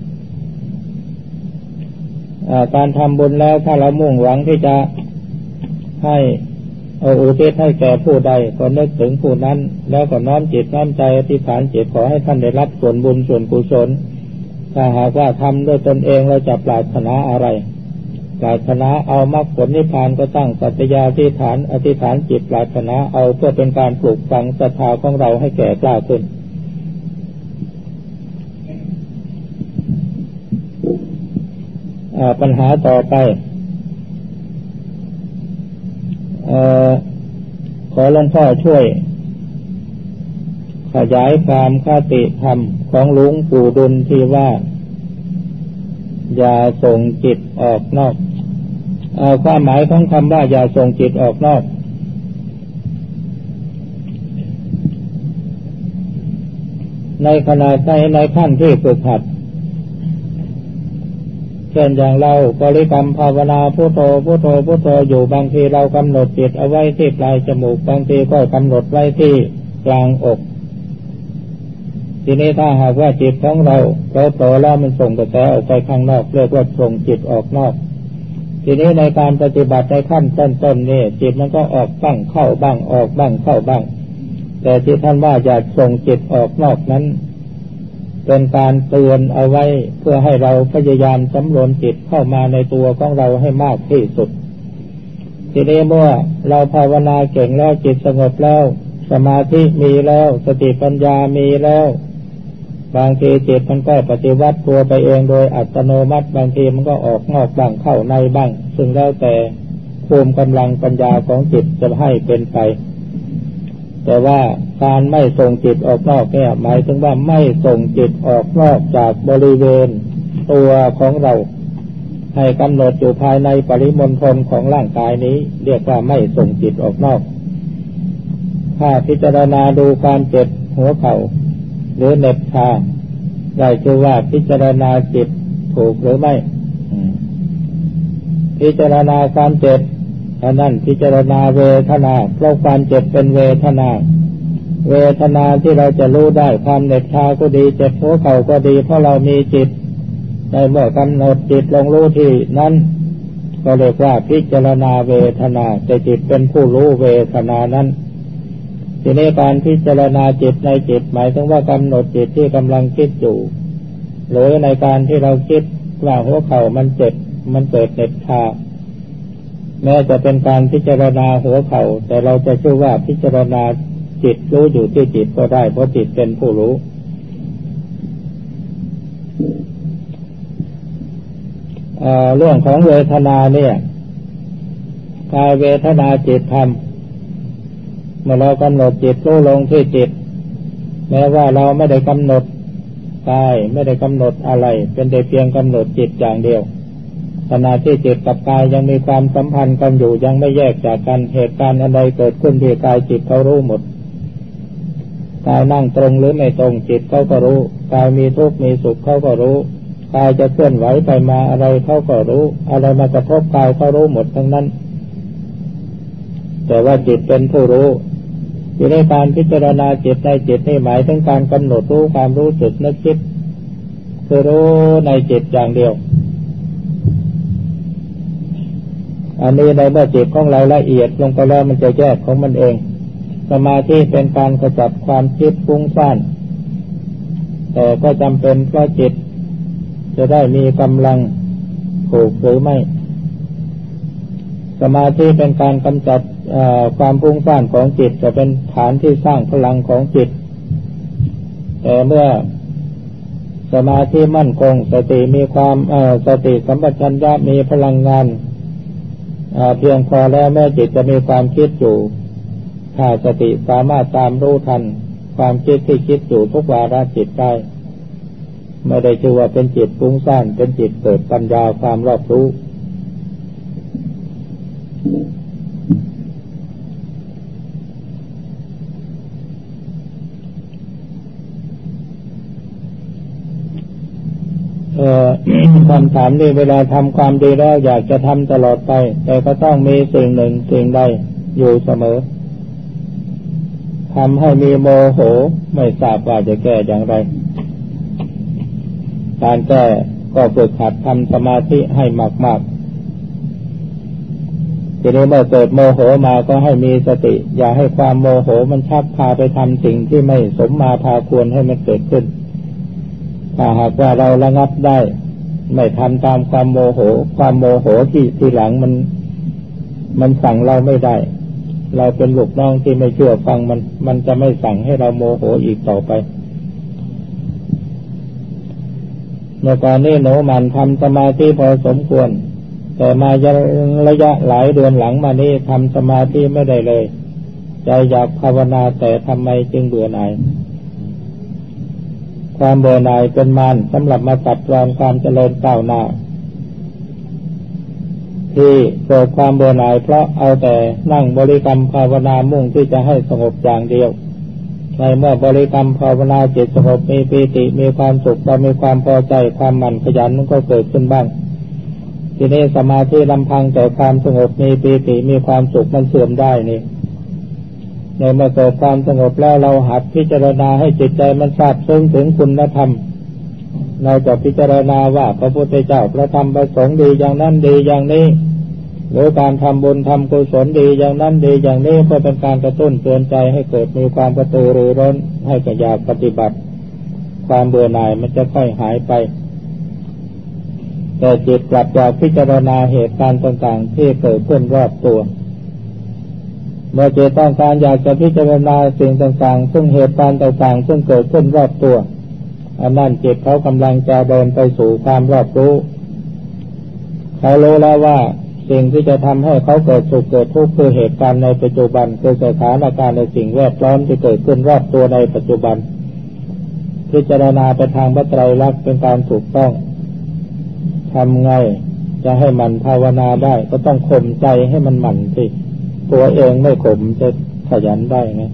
การทำบุญแล้วถ้าเรามุ่งหวังที่จะให้อุทิศให้แก่ผู้ใดก็นึกถึงผู้นั้นแล้วก็น้อมจิตน้อมใจอธิษฐานจิตขอให้ท่านได้รับส่วนบุญส่วนกุศลถ้าหากว่าทำด้วยตนเองเราจะปรารถนาอะไรปรารถนาเอามรรคผลนิพพานก็ตั้งสัตยาธิษฐานอธิษฐานจิตปรารถนาเอาเพื่อเป็นการปลูกฝังศรัทธาของเราให้แก่กล้าขึ้นปัญหาต่อไปขอหลวงพ่อช่วยขยายความคติธรรมของหลวงปู่ดุลที่ว่าอย่าส่งจิตออกนอกความหมายของคำว่าอย่าส่งจิตออกนอกในขณะในขั้นที่ฝึกหัดเช่นอย่างเราบริกรรมภาวนาพุทโธพุทโธพุทโธอยู่บางทีเรากำหนดจิตเอาไว้ที่ปลายจมูกบางทีก็กำหนดไว้ที่กลางอกทีนี้ถ้าหากว่าจิตของเราโตแล้วมันส่งกระแสออกไปข้างนอกเรียกว่าส่งจิตออกนอกทีนี้ในการปฏิบัติในขั้นต้นนี่จิตมันก็ออกบ้างเข้าบ้างออกบ้างเข้าบ้างแต่ที่ท่านว่าอย่าส่งจิตออกนอกนั้นเป็นการเตือนเอาไว้เพื่อให้เราพยายามสำรวมจิตเข้ามาในตัวของเราให้มากที่สุดทีนี้เมื่อเราภาวนาเก่งแล้วจิตสงบแล้วสมาธิมีแล้วสติปัญญามีแล้วบางทีจิตมันก็ปฏิวัติตัวไปเองโดยอัตโนมัติบางทีมันก็ออกนอกบ้างเข้าในบ้างซึ่งแล้วแต่ภูมิกำลังปัญญาของจิตจะให้เป็นไปแต่ว่าการไม่ส่งจิตออกนอกเนี่ยหมายถึงว่าไม่ส่งจิตออกนอกจากบริเวณตัวของเราให้กำหนดอยู่ภายในปริมณฑลของร่างกายนี้เรียกว่าไม่ส่งจิตออกนอกถ้าพิจารณาดูความเจ็บหัวเข่าหรือเหน็บชาได้ชื่อว่าพิจารณาจิตถูกหรือไม่พิจารณาความเจ็บอันนั้นพิจารณาเวทนาเพราะความเจ็บเป็นเวทนาเวทนาที่เราจะรู้ได้ความเหน็บชาก็ดีเจ็บหัวเข่าก็ดีเพราะเรามีจิตในเมื่อกำหนดจิตลงรู้ที่นั้นก็เรียกว่าพิจารณาเวทนาแต่จิตเป็นผู้รู้เวทนานั้นทีนี้การพิจารณาจิตในจิตหมายถึงว่ากำหนดจิตที่กำลังคิดอยู่หรือในการที่เราคิดว่าหัวเข่ามันเจ็บมันเกิดเหน็บชาแม้จะเป็นการพิจารณาหัวเข่าแต่เราจะชื่อว่าพิจารณาจิตรู้อยู่ที่จิตก็ได้เพราะจิตเป็นผู้รู้เรื่องของเวทนาเนี่ยกายเวทนาจิตธรรมเมื่อเรากำหนดจิตรู้ลงที่จิตแม้ว่าเราไม่ได้กำหนดกายไม่ได้กำหนดอะไรเป็นแต่เพียงกำหนดจิตอย่างเดียวขณะที่จิตกับกายยังมีความสัมพันธ์กันอยู่ยังไม่แยกจากกันเหตุการณ์อะไรเกิดขึ้นที่กายจิตเขารู้หมดกายนั่งตรงหรือไม่ตรงจิตเขาก็รู้กายมีทุกข์มีสุขเขาก็รู้กายจะเคลื่อนไหวไปมาอะไรเขาก็รู้อะไรมากระทบกายเขารู้หมดทั้งนั้นแต่ว่าจิตเป็นผู้รู้อยู่ในการพิจารณาจิตในจิตนี่หมายถึงการกำหนดรู้ความรู้สึกนึกคิดคือรู้ในจิตอย่างเดียวอันนี้ในเมื่อจิตของเราละเอียดลงไปแล้วมันจะแยกของมันเองสมาธิเป็นการขจัดความคิดฟุ้งซ่านแต่ก็จำเป็นเพราะจิตจะได้มีกำลังถูกหรือไม่สมาธิเป็นการกำจัดความฟุ้งซ่านของจิตจะเป็นฐานที่สร้างพลังของจิตแต่เมื่อสมาธิมั่นคงสติมีความสติสัมปชัญญะมีพลังงานเพียงพอแล้วแม้จิตจะมีความคิดอยู่ถ้าสติสามารถตามรู้ทันความคิดที่คิดอยู่ทุกวาระจิตได้ไม่ได้ชื่อว่าเป็นจิตฟุ้งซ่านเป็นจิตเกิดปัญญาความรอบรู้คำถามนี้เวลาทำความดีแล้วอยากจะทำตลอดไปแต่ก็ต้องมีสิ่งหนึ่งสิ่งใดอยู่เสมอทำให้มีโมโหไม่ทราบว่าจะแก้อย่างไรการแก้ก็ฝึกหัดทำสมาธิให้มากๆทีนี้เมื่อเกิดโมโหมาก็ให้มีสติอย่าให้ความโมโหมันชักพาไปทำสิ่งที่ไม่สมมาพาควรให้มันเกิดขึ้นถ้าหากว่าเราระงับได้ไม่ทำตามความโมโหที่หลังมันสั่งเราไม่ได้เราเป็นลูกน้องที่ไม่เชื่อฟังมันจะไม่สั่งให้เราโมโหอีกต่อไปในตอนนี้หนูมันทำสมาธิพอสมควรแต่มาระยะหลายเดือนหลังมานี้ทำสมาธิไม่ได้เลยใจอยากภาวนาแต่ทำไมจึงเบื่อหน่ายความเบื่อหน่ายเป็นมารสำหรับมาตัดรอนความเจริญก้าวหน้าที่เกิดความเบื่อหน่ายเพราะเอาแต่นั่งบริกรรมภาวนามุ่งที่จะให้สงบอย่างเดียวในเมื่อบริกรรมภาวนาจิตสงบมีปีติมีความสุขและมีความพอใจความหมั่นขยันมันก็เกิดขึ้นบ้างทีนี้สมาธิลำพังแต่ความสงบมีปีติมีความสุขมันเสื่อมได้นี่ในเมื่อเกิดความสงบแล้วเราหัดพิจารณาให้จิตใจมันทราบซึ้งถึงคุณธรรมเราจะพิจารณาว่าพระพุทธเจ้าพระธรรมพระสงฆ์ดีอย่างนั้นดีอย่างนี้หรือการทำบุญทำกุศลดีอย่างนั้นดีอย่างนี้เพื่อเป็นการกระตุ้นเตือนใจให้เกิดมีความกระตือรือร้นให้กระอยากปฏิบัติความเบื่อหน่ายมันจะค่อยหายไปแต่จิตกลับจากพิจารณาเหตุการณ์ต่างๆที่เกิดขึ้นรอบตัวเมื่อจิตต้องการอยากจะพิจารณาสิ่งต่างๆซึ่งเหตุการณ์ต่างๆซึ่งเกิดขึ้นรอบตัวอันนั้นจิตเขากำลังจะเดินไปสู่ความรอบรู้เขารู้แล้วว่าสิ่งที่จะทำให้เขาเกิดสุขเกิดทุกข์คือเหตุการณ์ในปัจจุบันคือสถานการณ์ในสิ่งแวดล้อมที่เกิดขึ้นรอบตัวในปัจจุบันพิจารณาไปทางพระไตรลักษณ์เป็นการถูกต้องทำไงจะให้มันภาวนาได้ก็ต้องข่มใจให้มันหมั่นสิตัวเองไม่ข่มจะขยันได้ไง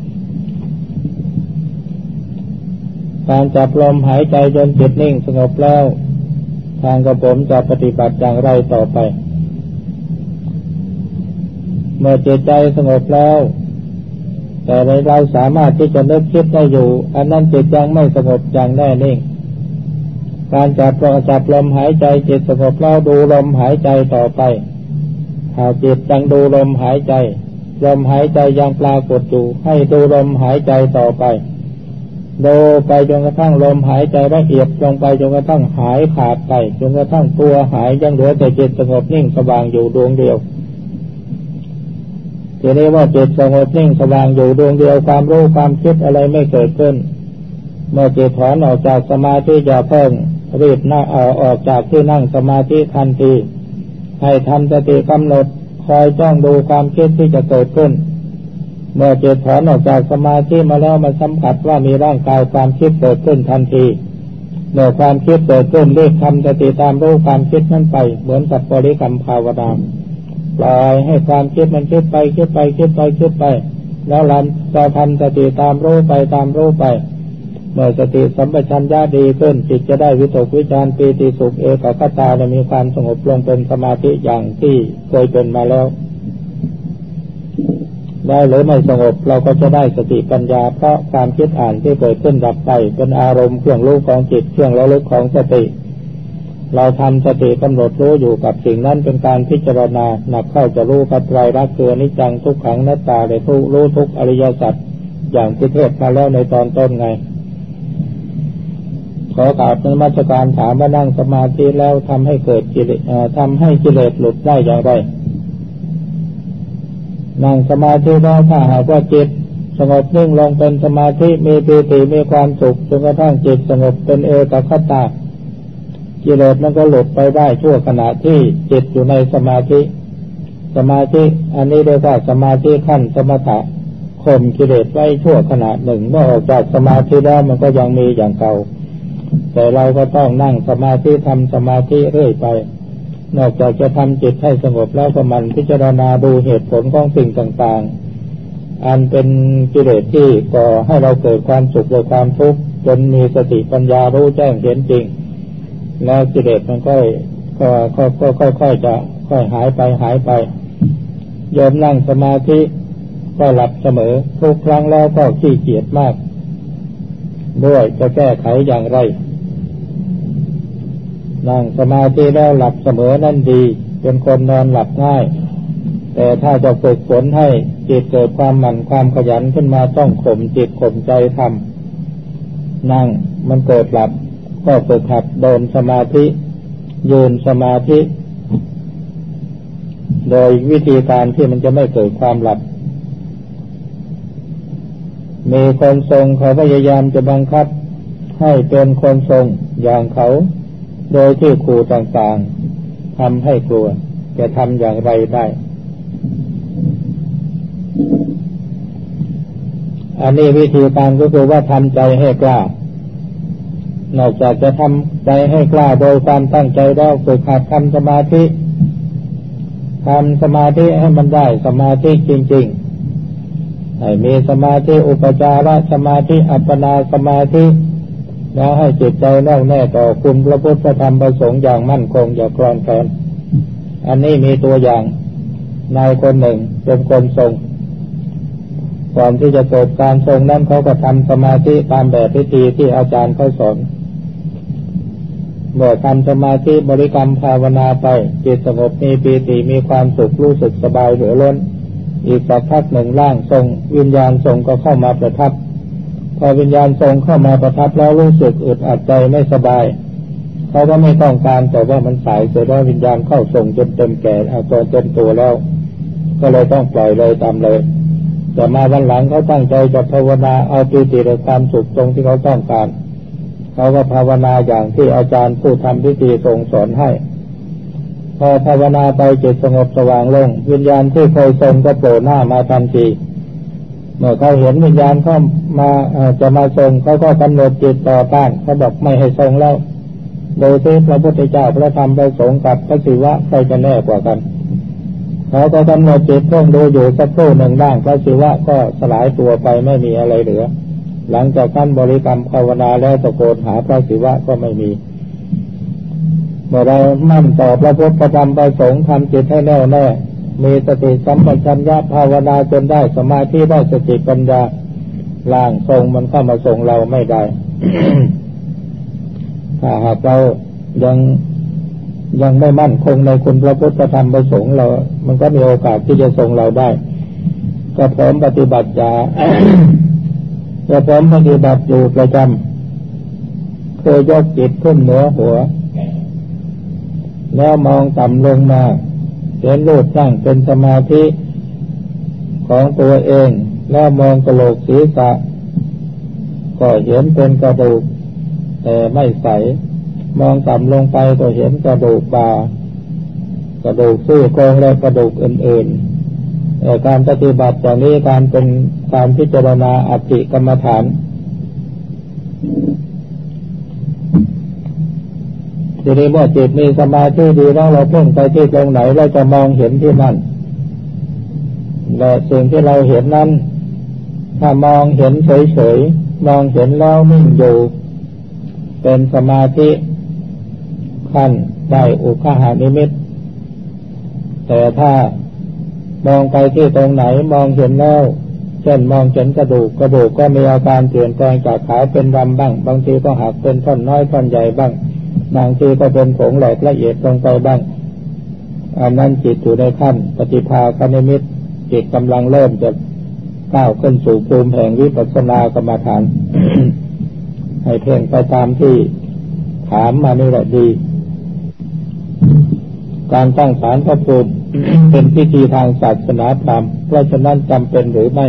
การจับลมหายใจจนจิตนิ่งสงบแล้วทางกระผมจะปฏิบัติอย่างไรต่อไปเมื่อจิตใจสงบแล้วแต่เราสามารถที่จะนึกคิดได้อยู่อันนั้นจิตยังไม่สงบอย่างแน่นิ่งการจับลมหายใจจิตสงบแล้วดูลมหายใจต่อไปถ้าจิตยังดูลมหายใจลมหายใจยังปรากฏอยู่ให้ดูลมหายใจต่อไปดูไปจนกระทั่งลมหายใจละเอียดลงไปจนกระทั่งหายขาดไปจนกระทั่งตัวหายยังเหลือแต่จิตสงบนิ่งสว่างอยู่ดวงเดียวทีนี้ว่าจิตสงบนิ่งสว่างอยู่ดวงเดียวความรู้ความคิดอะไรไม่เกิดขึ้นเมื่อจิตถอนออกจากสมาธิอย่าเพิ่งรีบออกจากที่นั่งสมาธิทันทีให้ทำสติกำหนดคอยจ้องดูความคิดที่จะเกิดขึ้นเมื่อจิตถอนออกจากสมาธิมาแล้วมันสัมผัสว่ามีร่างกายความคิดเกิดขึ้นทันทีเมื่อความคิดเกิดขึ้นรีบทำสติตามรู้ความคิดนั้นไปเหมือนกับบริกรรมภาวนาปล่อยให้ความคิดมันคิดไปแล้วเราทำสติตามรู้ไปเมื่อสติสัมปชัญญะดีขึ้นจิตจะได้วิตกวิจารปีติสุขเอกคตาและมีความสงบลงเป็นสมาธิอย่างที่เคยเป็นมาแล้วได้หรือไม่สงบเราก็จะได้สติปัญญาเพราะความคิดอ่านที่เกิดขึ้นดับไปเป็นอารมณ์เครื่องรู้ของจิตเครื่องระลึกของสติเราทำสติกำหนดรู้อยู่กับสิ่งนั้นเป็นการพิจารณาหนักเข้าจะรู้พระไตรลักษณ์คืออนิจจังทุกขังอนัตตาได้รู้ทุกอริยสัจอย่างที่เทศมาแล้วในตอนต้นไงขอกราบนมัสการถามว่านั่งสมาธิแล้วทำให้เกิดกิเลสทำให้กิเลสหลุดได้อย่างไรนั่งสมาธิแล้วถ้าหากว่าจิตสงบนิ่งลงเป็นสมาธิมีปีติมีความสุขจนกระทั่งจิตสงบเป็นเอกคตากิเลสมันก็หลุดไปได้ชั่วขณะที่จิตอยู่ในสมาธิอันนี้เรียกว่าสมาธิขั้นสมถะข่มกิเลสไว้ชั่วขณะหนึ่งเมื่อออกจากสมาธิแล้วมันก็ยังมีอย่างเก่าแต่เราก็ต้องนั่งสมาธิทำสมาธิเรื่อยไปนอกจากจะทำจิตให้สงบแล้วก็มันพิจารณาดูเหตุผลของสิ่งต่างๆอันเป็นกิเลสที่ก่อให้เราเกิดความสุขหรือความทุกข์จนมีสติปัญญารู้แจ้งเห็นจริงแล้วกิเลสมันค่อยจะค่อยหายไปโยมนั่งสมาธิก็หลับเสมอทุกครั้งแล้วก็ขี้เกียจมากด้วยจะแก้ไขอย่างไรนั่งสมาธิแล้วหลับเสมอนั่นดีเป็นคนนอนหลับง่ายแต่ถ้าจะฝึกฝนให้จิตเกิดความหมั่นความขยันขึ้นมาต้องข่มจิตข่มใจทำนั่งมันเกิดหลับก็ฝึกหัดเดินสมาธิยืนสมาธิโดยวิธีการที่มันจะไม่เกิดความหลับมีคนทรงเขาพยายามจะบังคับให้เป็นคนทรงอย่างเขาโดยที่ครูต่างๆทำให้กลัวจะทำอย่างไรได้อันนี้วิธีการก็คือว่าทำใจให้กล้านอกจากจะทำใจให้กล้าโดยความตั้งใจแล้วฝึกหัดทำสมาธิให้มันได้สมาธิจริงๆให้มีสมาธิอุปจารสมาธิอัปปนาสมาธิแล้วให้จิตใจแน่วแน่ต่อคุณพระพุทธธรรมประสงค์อย่างมั่นคงอย่าคลอนแคลนอันนี้มีตัวอย่างนายคนหนึ่งเป็นคนทรงก่อนที่จะเกิดการทรงนั้นเขาก็ทำสมาธิตามแบบพิธีที่อาจารย์เขาสอนเมื่อทำสมาธิบริกรรมภาวนาไปจิตสงบมีปีติมีความสุขรู้สึกสบายเหลือล้นอีกสักพักหนึ่งร่างทรงวิญญาณทรงก็เข้ามาประทับพอวิญญาณทรงเข้ามาประทับแล้วรู้สึกอึดอัดใจไม่สบายเขาก็ไม่ต้องการแต่ว่ามันสายเสียแล้ววิญญาณเข้าทรงจนเต็มแก่เอาตัวเต็มตัวแล้วก็เลยต้องปล่อยเลยตามเลยแต่มาวันหลังเขาตั้งใจจะภาวนาเอาปีติและความสุขตรงที่เขาต้องการเขาก็ภาวนาอย่างที่อาจารย์ผู้ทำพิธีทรงสอนให้พอภาวนาไปจิตสงบสว่างลงวิญญาณที่เคยทรงก็โผล่หน้ามาทันทีเมื่อเขาเห็นวิญญาณเข้ามาจะมาทรงเขาก็กำหนดจิตต่อต้านเขาบอกไม่ให้ทรงแล้วโดยที่พระพุทธเจ้าพระธรรมพระสงฆ์กับพระศิวะใครจะแน่กว่ากันเขาก็กำหนดจิตท่องดูอยู่สักครู่หนึ่งร่างพระศิวะก็สลายตัวไปไม่มีอะไรเหลือหลังจากท่านบริกรรมภาวนาแล้วตะโกนหาพระศิวะก็ไม่มีเมื่อเรามั่นต่อพระพุทธธรรมพระสงฆ์ทำจิตให้แน่วแน่มีสติสัมปชัญญะภาวนาจนได้สมาธิได้สติปัญญาร่างทรงมันเข้ามาทรงเราไม่ได้ ถ้าหากเรายังไม่มั่นคงในคุณพระพุทธธรรมประสงค์เรามันก็มีโอกาสที่จะทรงเราได้ก็พร้อมปฏิบัติจะพร้อมปฏิบัติอยู่ประจำเคยยกจิตขึ้นเหนือหัวแล้วมองต่ำลงมาเห็นรูปร่างเป็นสมาธิของตัวเองแล้วมองกะโหลกศีรษะก็เห็นเป็นกระดูกแต่ไม่ใสมองต่ำลงไปก็เห็นกระดูกบ่ากระดูกซี่โครงและกระดูกอื่นๆการปฏิบัติอย่างนี้การเป็นการพิจารณาอัตถิกรรมฐานทีนี้เมื่อจิตมีสมาธิดีแล้วเราเพ่งไปที่ตรงไหนเราจะมองเห็นที่นั่นและสิ่งที่เราเห็นนั้นถ้ามองเห็นเฉยๆมองเห็นแล้วนิ่งอยู่เป็นสมาธิขั้นได้อุคหานิมิตแต่ถ้ามองไปที่ตรงไหนมองเห็นแล้วเช่นมองเห็นกระดูกก็มีอาการเปลี่ยนแปลงจากขาวเป็นดำบ้างบางทีก็หักเป็นท่อนน้อยท่อนใหญ่บ้างบางทีก็เป็นผงแหลกละเอียดลงไปบ้างอันนั้นจิตอยู่ในขั้นปฏิภาคนิมิตจิตกำลังเริ่มจะก้าวขึ้นสู่ภูมิแห่งวิปัสสนากรรมฐาน ให้เพ่งไปตามที่ถามมานี่แหละดีการตั้งศาลพระภูมิ เป็นพิธีทางศาสนาพราหมณ์เพราะฉะนั้นจำเป็นหรือไม่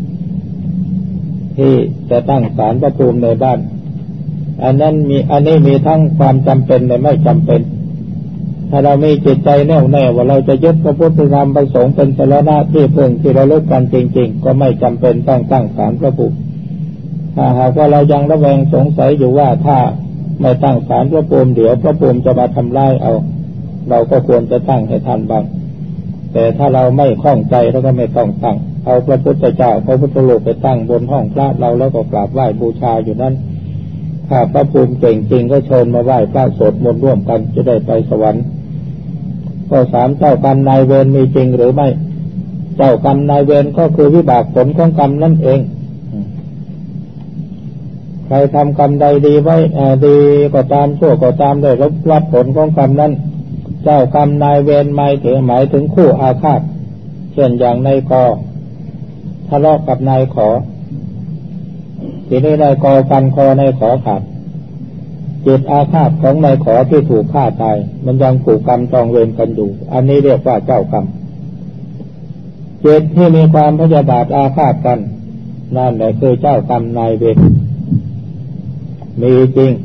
ที่จะตั้งศาลพระภูมิในบ้านอันนี้มีทั้งความจำเป็นและไม่จำเป็นถ้าเรามีจิตใจแน่วแน่ว่าเราจะยึดพระพุทธธรรมประสงค์เป็นสรณะที่พึ่งที่ระลึกกันจริงๆก็ไม่จำเป็นต้องตั้งศาลพระภูมิถ้าหากว่าเรายังระแวงสงสัยอยู่ว่าถ้าไม่ตั้งศาลพระภูมิเดี๋ยวพระภูมิจะมาทำลายเอาเราก็ควรจะตั้งให้ทันบ้างแต่ถ้าเราไม่คล่องใจเราก็ไม่ต้องตั้งเอาพระพุทธเจ้าพระพุทธรูปไปตั้งบนห้องพระเราแล้วก็กราบไหว้บูชาอยู่นั้นถ้าพระภูมิเก่งจริงก็เชิญมาไหว้พระสวดมนต์ร่วมกันจะได้ไปสวรรค์ข้อ3เจ้ากรรมนายเวรมีจริงหรือไม่เจ้ากรรมนายเวรก็คือวิบากผลของกรรมนั่นเองใครทำกรรมใดดีไว้ดีก็ตามชั่วก็ตามได้รับผลของกรรมนั้นเจ้ากรรมนายเวรหมายถึงคู่อาฆาตเช่นอย่างนายกทะเลาะกับนายขอทีนี้นายกฟันคอนายขอขาดจิตอาฆาตของนายขอที่ถูกฆ่าตายมันยังผูกกรรมจองเวรกันอยู่อันนี้เรียกว่าเจ้ากรรมจิตที่มีความพยาบาทอาฆาตกันนั่นแหละคือเจ้ากรรมนายเวรมีจริง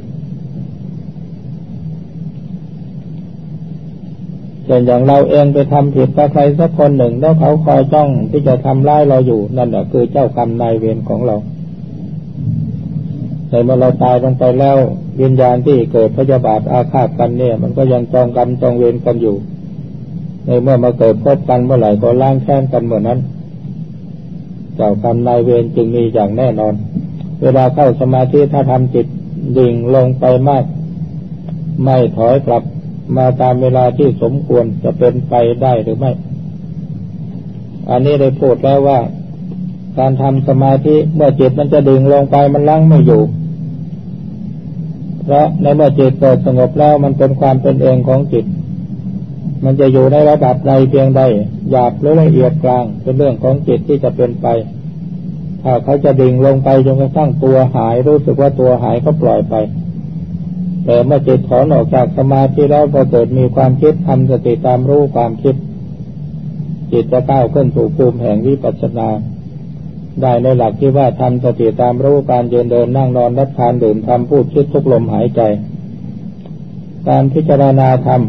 เช่นอย่างเราเองไปทำผิดกับใครสักคนหนึ่งแล้วเขาคอยจ้องที่จะทำร้ายเราอยู่นั่นแหละคือเจ้ากรรมนายเวรของเราแต่เมื่อเราตายลงไปแล้ววิญญาณที่เกิดพยาบาทอาฆาตกันเนี่ยมันก็ยังจองกรรมจองเวรกันอยู่ในเมื่อมาเกิดพบกันเมื่อไหร่ก็ล้างแค้นกันเมื่อนั้นเจ้ากรรมนายเวรจึงมีอย่างแน่นอนเวลาเข้าสมาธิถ้าทำจิตดิ่งลงไปมากไม่ถอยกลับมาตามเวลาที่สมควรจะเป็นไปได้หรือไม่อันนี้ได้พูดแล้วว่าการทำสมาธิเมื่อจิตมันจะดิ่งลงไปมันลังไม่อยู่เพราะในเมื่อจิตเกิดสงบแล้วมันเป็นความเป็นเองของจิตมันจะอยู่ในระดับใดเพียงใดหยาบหรือละเอียดกลางเป็นเรื่องของจิตที่จะเป็นไปถ้าเขาจะดิ่งลงไปจนกระทั่งตัวหายรู้สึกว่าตัวหายก็ปล่อยไปแต่เมื่อจิตถอนออกจากสมาธิแล้วก็เกิดมีความคิดทำสติตามรู้ความคิดจิตจะก้าวขึ้นสู่ภูมิแห่งวิปัสสนาได้ในหลักที่ว่าทำสติตามรู้การยืนเดินนั่งนอนรับทานดื่มทำพูดคิดทุกลมหายใจการพิจารณาธรรม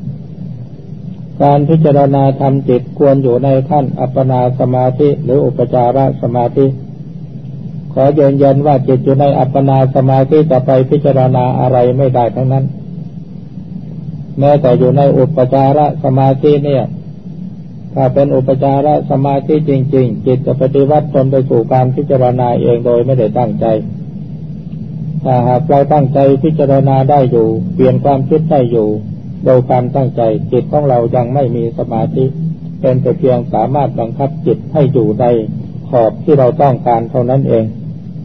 จิตควรอยู่ในขั้นอัปปนาสมาธิหรืออุปจารสมาธิขอยืนยันว่าจิตอยู่ในอัปปนาสมาธิจะไปพิจารณาอะไรไม่ได้ทั้งนั้นแม้แต่อยู่ในอุปจารสมาธิเนี่ยถ้าเป็นอุปจารสมาธิจริงๆจิตจะปฏิวัติตนไปสู่การพิจารณาเองโดยไม่ได้ตั้งใจถ้าหากเราตั้งใจพิจารณาได้อยู่เปลี่ยนความคิดได้อยู่โดยความตั้งใจจิตของเรายังไม่มีสมาธิเป็นแต่เพียงสามารถบังคับจิตให้อยู่ในขอบที่เราต้องการเท่านั้นเอง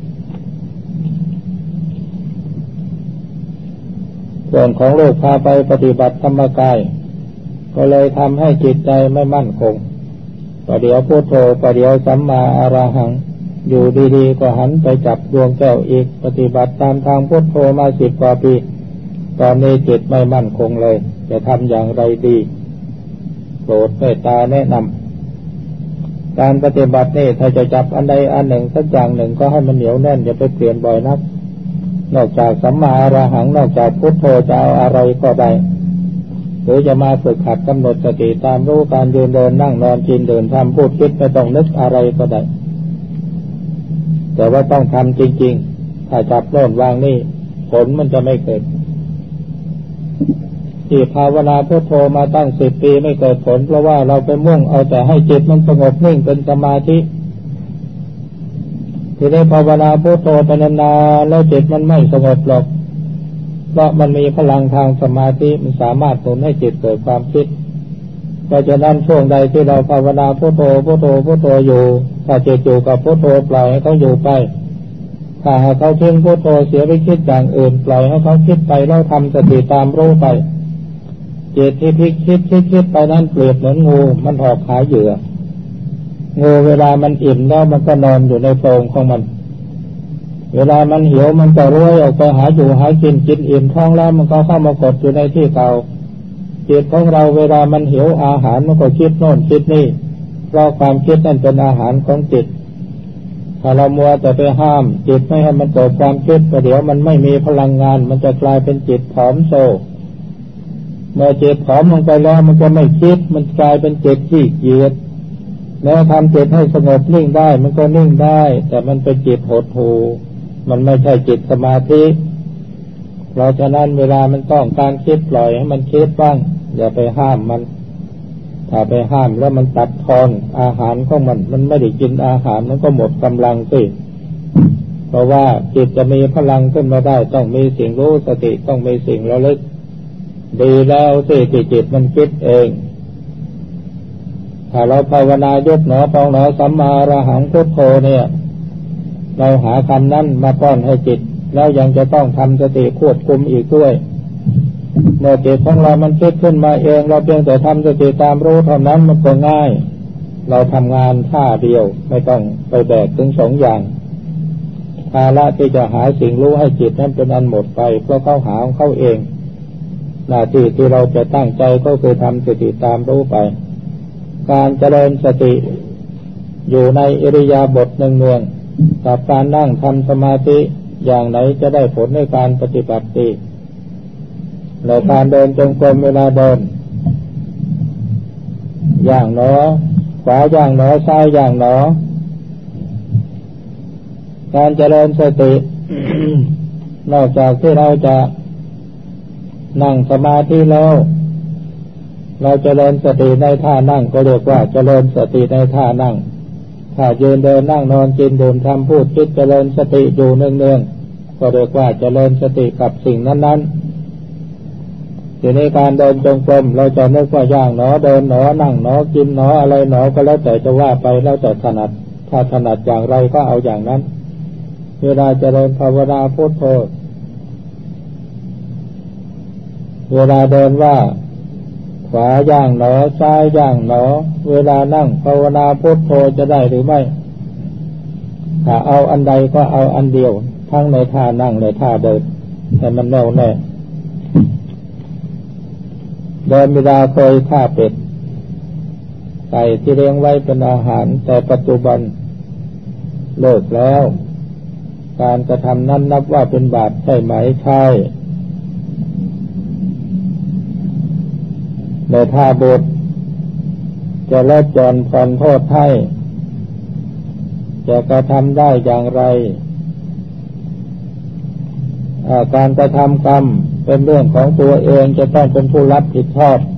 ส่วนของโลกพาไปปฏิบัติธรรมกายก็เลยทำให้จิตใจไม่มั่นคงประเดี๋ยวพุทโธประเดี๋ยวสัมมาอรหังอยู่ดีๆก็หันไปจับดวงแก้วอีกปฏิบัติตามทางพุทโธมา10 กว่าปีตอนนี้จิตไม่มั่นคงเลยจะทำอย่างไรดีโปรดเมตตาแนะนำการปฏิบัตินี่ถ้าจะจับอันใดอันหนึ่งสักอย่างหนึ่งก็ให้มันเหนียวแน่นอย่าไปเปลี่ยนบ่อยนักนอกจากสัมมาอรหังนอกจากพุทโธจะเอาอะไรก็ได้หรือจะมาฝึกหัดกำหนดสติตามรู้การยืนเดินนั่งนอนกินดื่มทำพูดคิดไม่ต้องนึกอะไรก็ได้แต่ว่าต้องทำจริงๆถ้าจับโน่นวางนี่ผลมันจะไม่เกิดที่ภาวนาพุทโธมาตั้ง10 ปีไม่เกิดผลเพราะว่าเราไปมุ่งเอาแต่ให้จิตมันสงบนิ่งเป็นสมาธิที่ได้ภาวนาพุทโธไปนานๆแล้วจิตมันไม่สงบหรอกเพราะมันมีพลังทางสมาธิมันสามารถหนุนให้จิตเกิดความคิดเพราะฉะนั้นช่วงใดที่เราภาวนาพุทโธอยู่ถ้าจิตอยู่กับพุทโธปล่อยให้เขาอยู่ไปถ้าหากเขาทิ้งพุทโธเสียไปคิดอย่างอื่นปล่อยให้เขาคิดไปแล้วทำสติตามรู้ไปจิตที่คิดไปนั้นเปรียบเหมือนงูมันออกหาเหยื่องูเวลามันอิ่มแล้วมันก็นอนอยู่ในโพรงของมันเวลามันหิวมันก็ร่วยออกไปหาอยู่หากินอิ่มท้องแล้วมันก็เข้ามากดอยู่ในที่เก่าจิตของเราเวลามันหิวอาหารมันก็คิดโน่นคิดนี่เพราะความคิดนั่นเป็นอาหารของจิตถ้าเรามัวแต่ไปห้ามจิตไม่ให้มันเกิดความคิดประเดี๋ยวมันไม่มีพลังงานมันจะกลายเป็นจิตผอมโซเมื่อจิตผอมลงไปแล้วมันจะไม่คิดมันกลายเป็นจิตขี้เกียจแล้วทำจิตให้สงบนิ่งได้มันก็นิ่งได้แต่มันเป็นจิตหดหู่มันไม่ใช่จิตสมาธิเพราะฉะนั้นเวลามันต้องการคิดปล่อยให้มันคิดบ้างอย่าไปห้ามมันถ้าไปห้ามแล้วมันตัดทอนอาหารของมันไม่ได้กินอาหารมันก็หมดกำลังสิเพราะว่าจิตจะมีพลังขึ้นมาได้ต้องมีสิ่งรู้สติต้องมีสิ่งระลึกดีแล้วสิที่จิตมันคิดเองถ้าเราภาวนายกหนอพองหนอสัมมาอรหังพุทโธเนี่ยเราหาคำนั้นมาป้อนให้จิตแล้วยังจะต้องทำสติควบคุมอีกด้วยเมื่อจิตของเรามันคิดขึ้นมาเองเราเพียงแต่ทำสติตามรู้เท่านั้นมันก็ง่ายเราทำงานท่าเดียวไม่ต้องไปแบกถึง2 อย่างภาระที่จะหาสิ่งรู้ให้จิตนั้นเป็นอันหมดไปเพราะเขาหาของเขาเองหน้าที่ที่เราจะตั้งใจก็คือทำสติตามรู้ไปการเจริญสติอยู่ในอิริยาบถเนืองๆกับการนั่งทำสมาธิอย่างไหนจะได้ผลในการปฏิบัติดีแล้วการเดินจงกรมเวลาเดินอย่างหนอขวาอย่างหนอซ้ายอย่างหนอการเจริญสตินอกจากที่เราจะนั่งสมาธิแล้วเราเจริญสติในท่านั่งก็เรียกว่าเจริญสติในท่านั่งถ้ายืนเดินนั่งนอนกินดื่มทำพูดคิดเจริญสติอยู่เนืองๆก็เรียกว่าเจริญสติกับสิ่งนั้นๆทีนี้การเดินจงกรมเราจะนึกว่าย่างหนอเดินหนอนั่งหนอกินหนออะไรหนอก็แล้วแต่จะว่าไปแล้วแต่ถนัดถ้าถนัดอย่างไรก็เอาอย่างนั้นเวลาเจริญภาวนาพุทโธเวลาเดินว่าขวาย่างหนอซ้ายย่างหนอเวลานั่งภาวนาพุทโธจะได้หรือไม่ถ้าเอาอันใดก็เอาอันเดียวทั้งในท่านั่งในท่าเดินแต่มันแน่วแน่เดินเวลาเคยฆ่าเป็ดไก่ที่เลี้ยงไว้เป็นอาหารแต่ปัจจุบันเลิกแล้วการกระทำนั้นนับว่าเป็นบาปใช่ไหมใช่ในท่าบุตรจะลดหย่อนผ่อนโทษให้จะกระทำได้อย่างไรการกระทำกรรมเป็นเรื่องของตัวเองจะต้องเป็นผู้รับผิดชอบ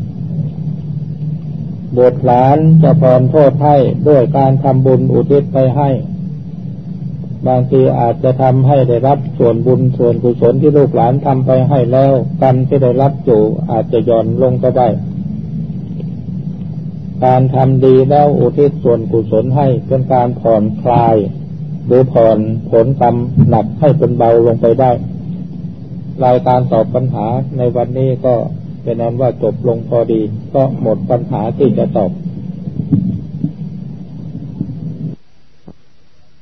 บุตรหลานจะผ่อนโทษให้ด้วยการทำบุญอุทิศไปให้บางทีอาจจะทำให้ได้รับส่วนบุญส่วนกุศลที่ลูกหลานทำไปให้แล้วกรรมที่ได้รับอยู่อาจจะหย่อนลงก็ได้การทำดีแล้วอุทิศส่วนกุศลให้เป็นการผ่อนคลายหรือผ่อนผลกรรมหนักให้เป็นเบาลงไปได้รายการตอบปัญหาในวันนี้ก็เป็นนั้นว่าจบลงพอดีก็หมดปัญหาที่จะตอบ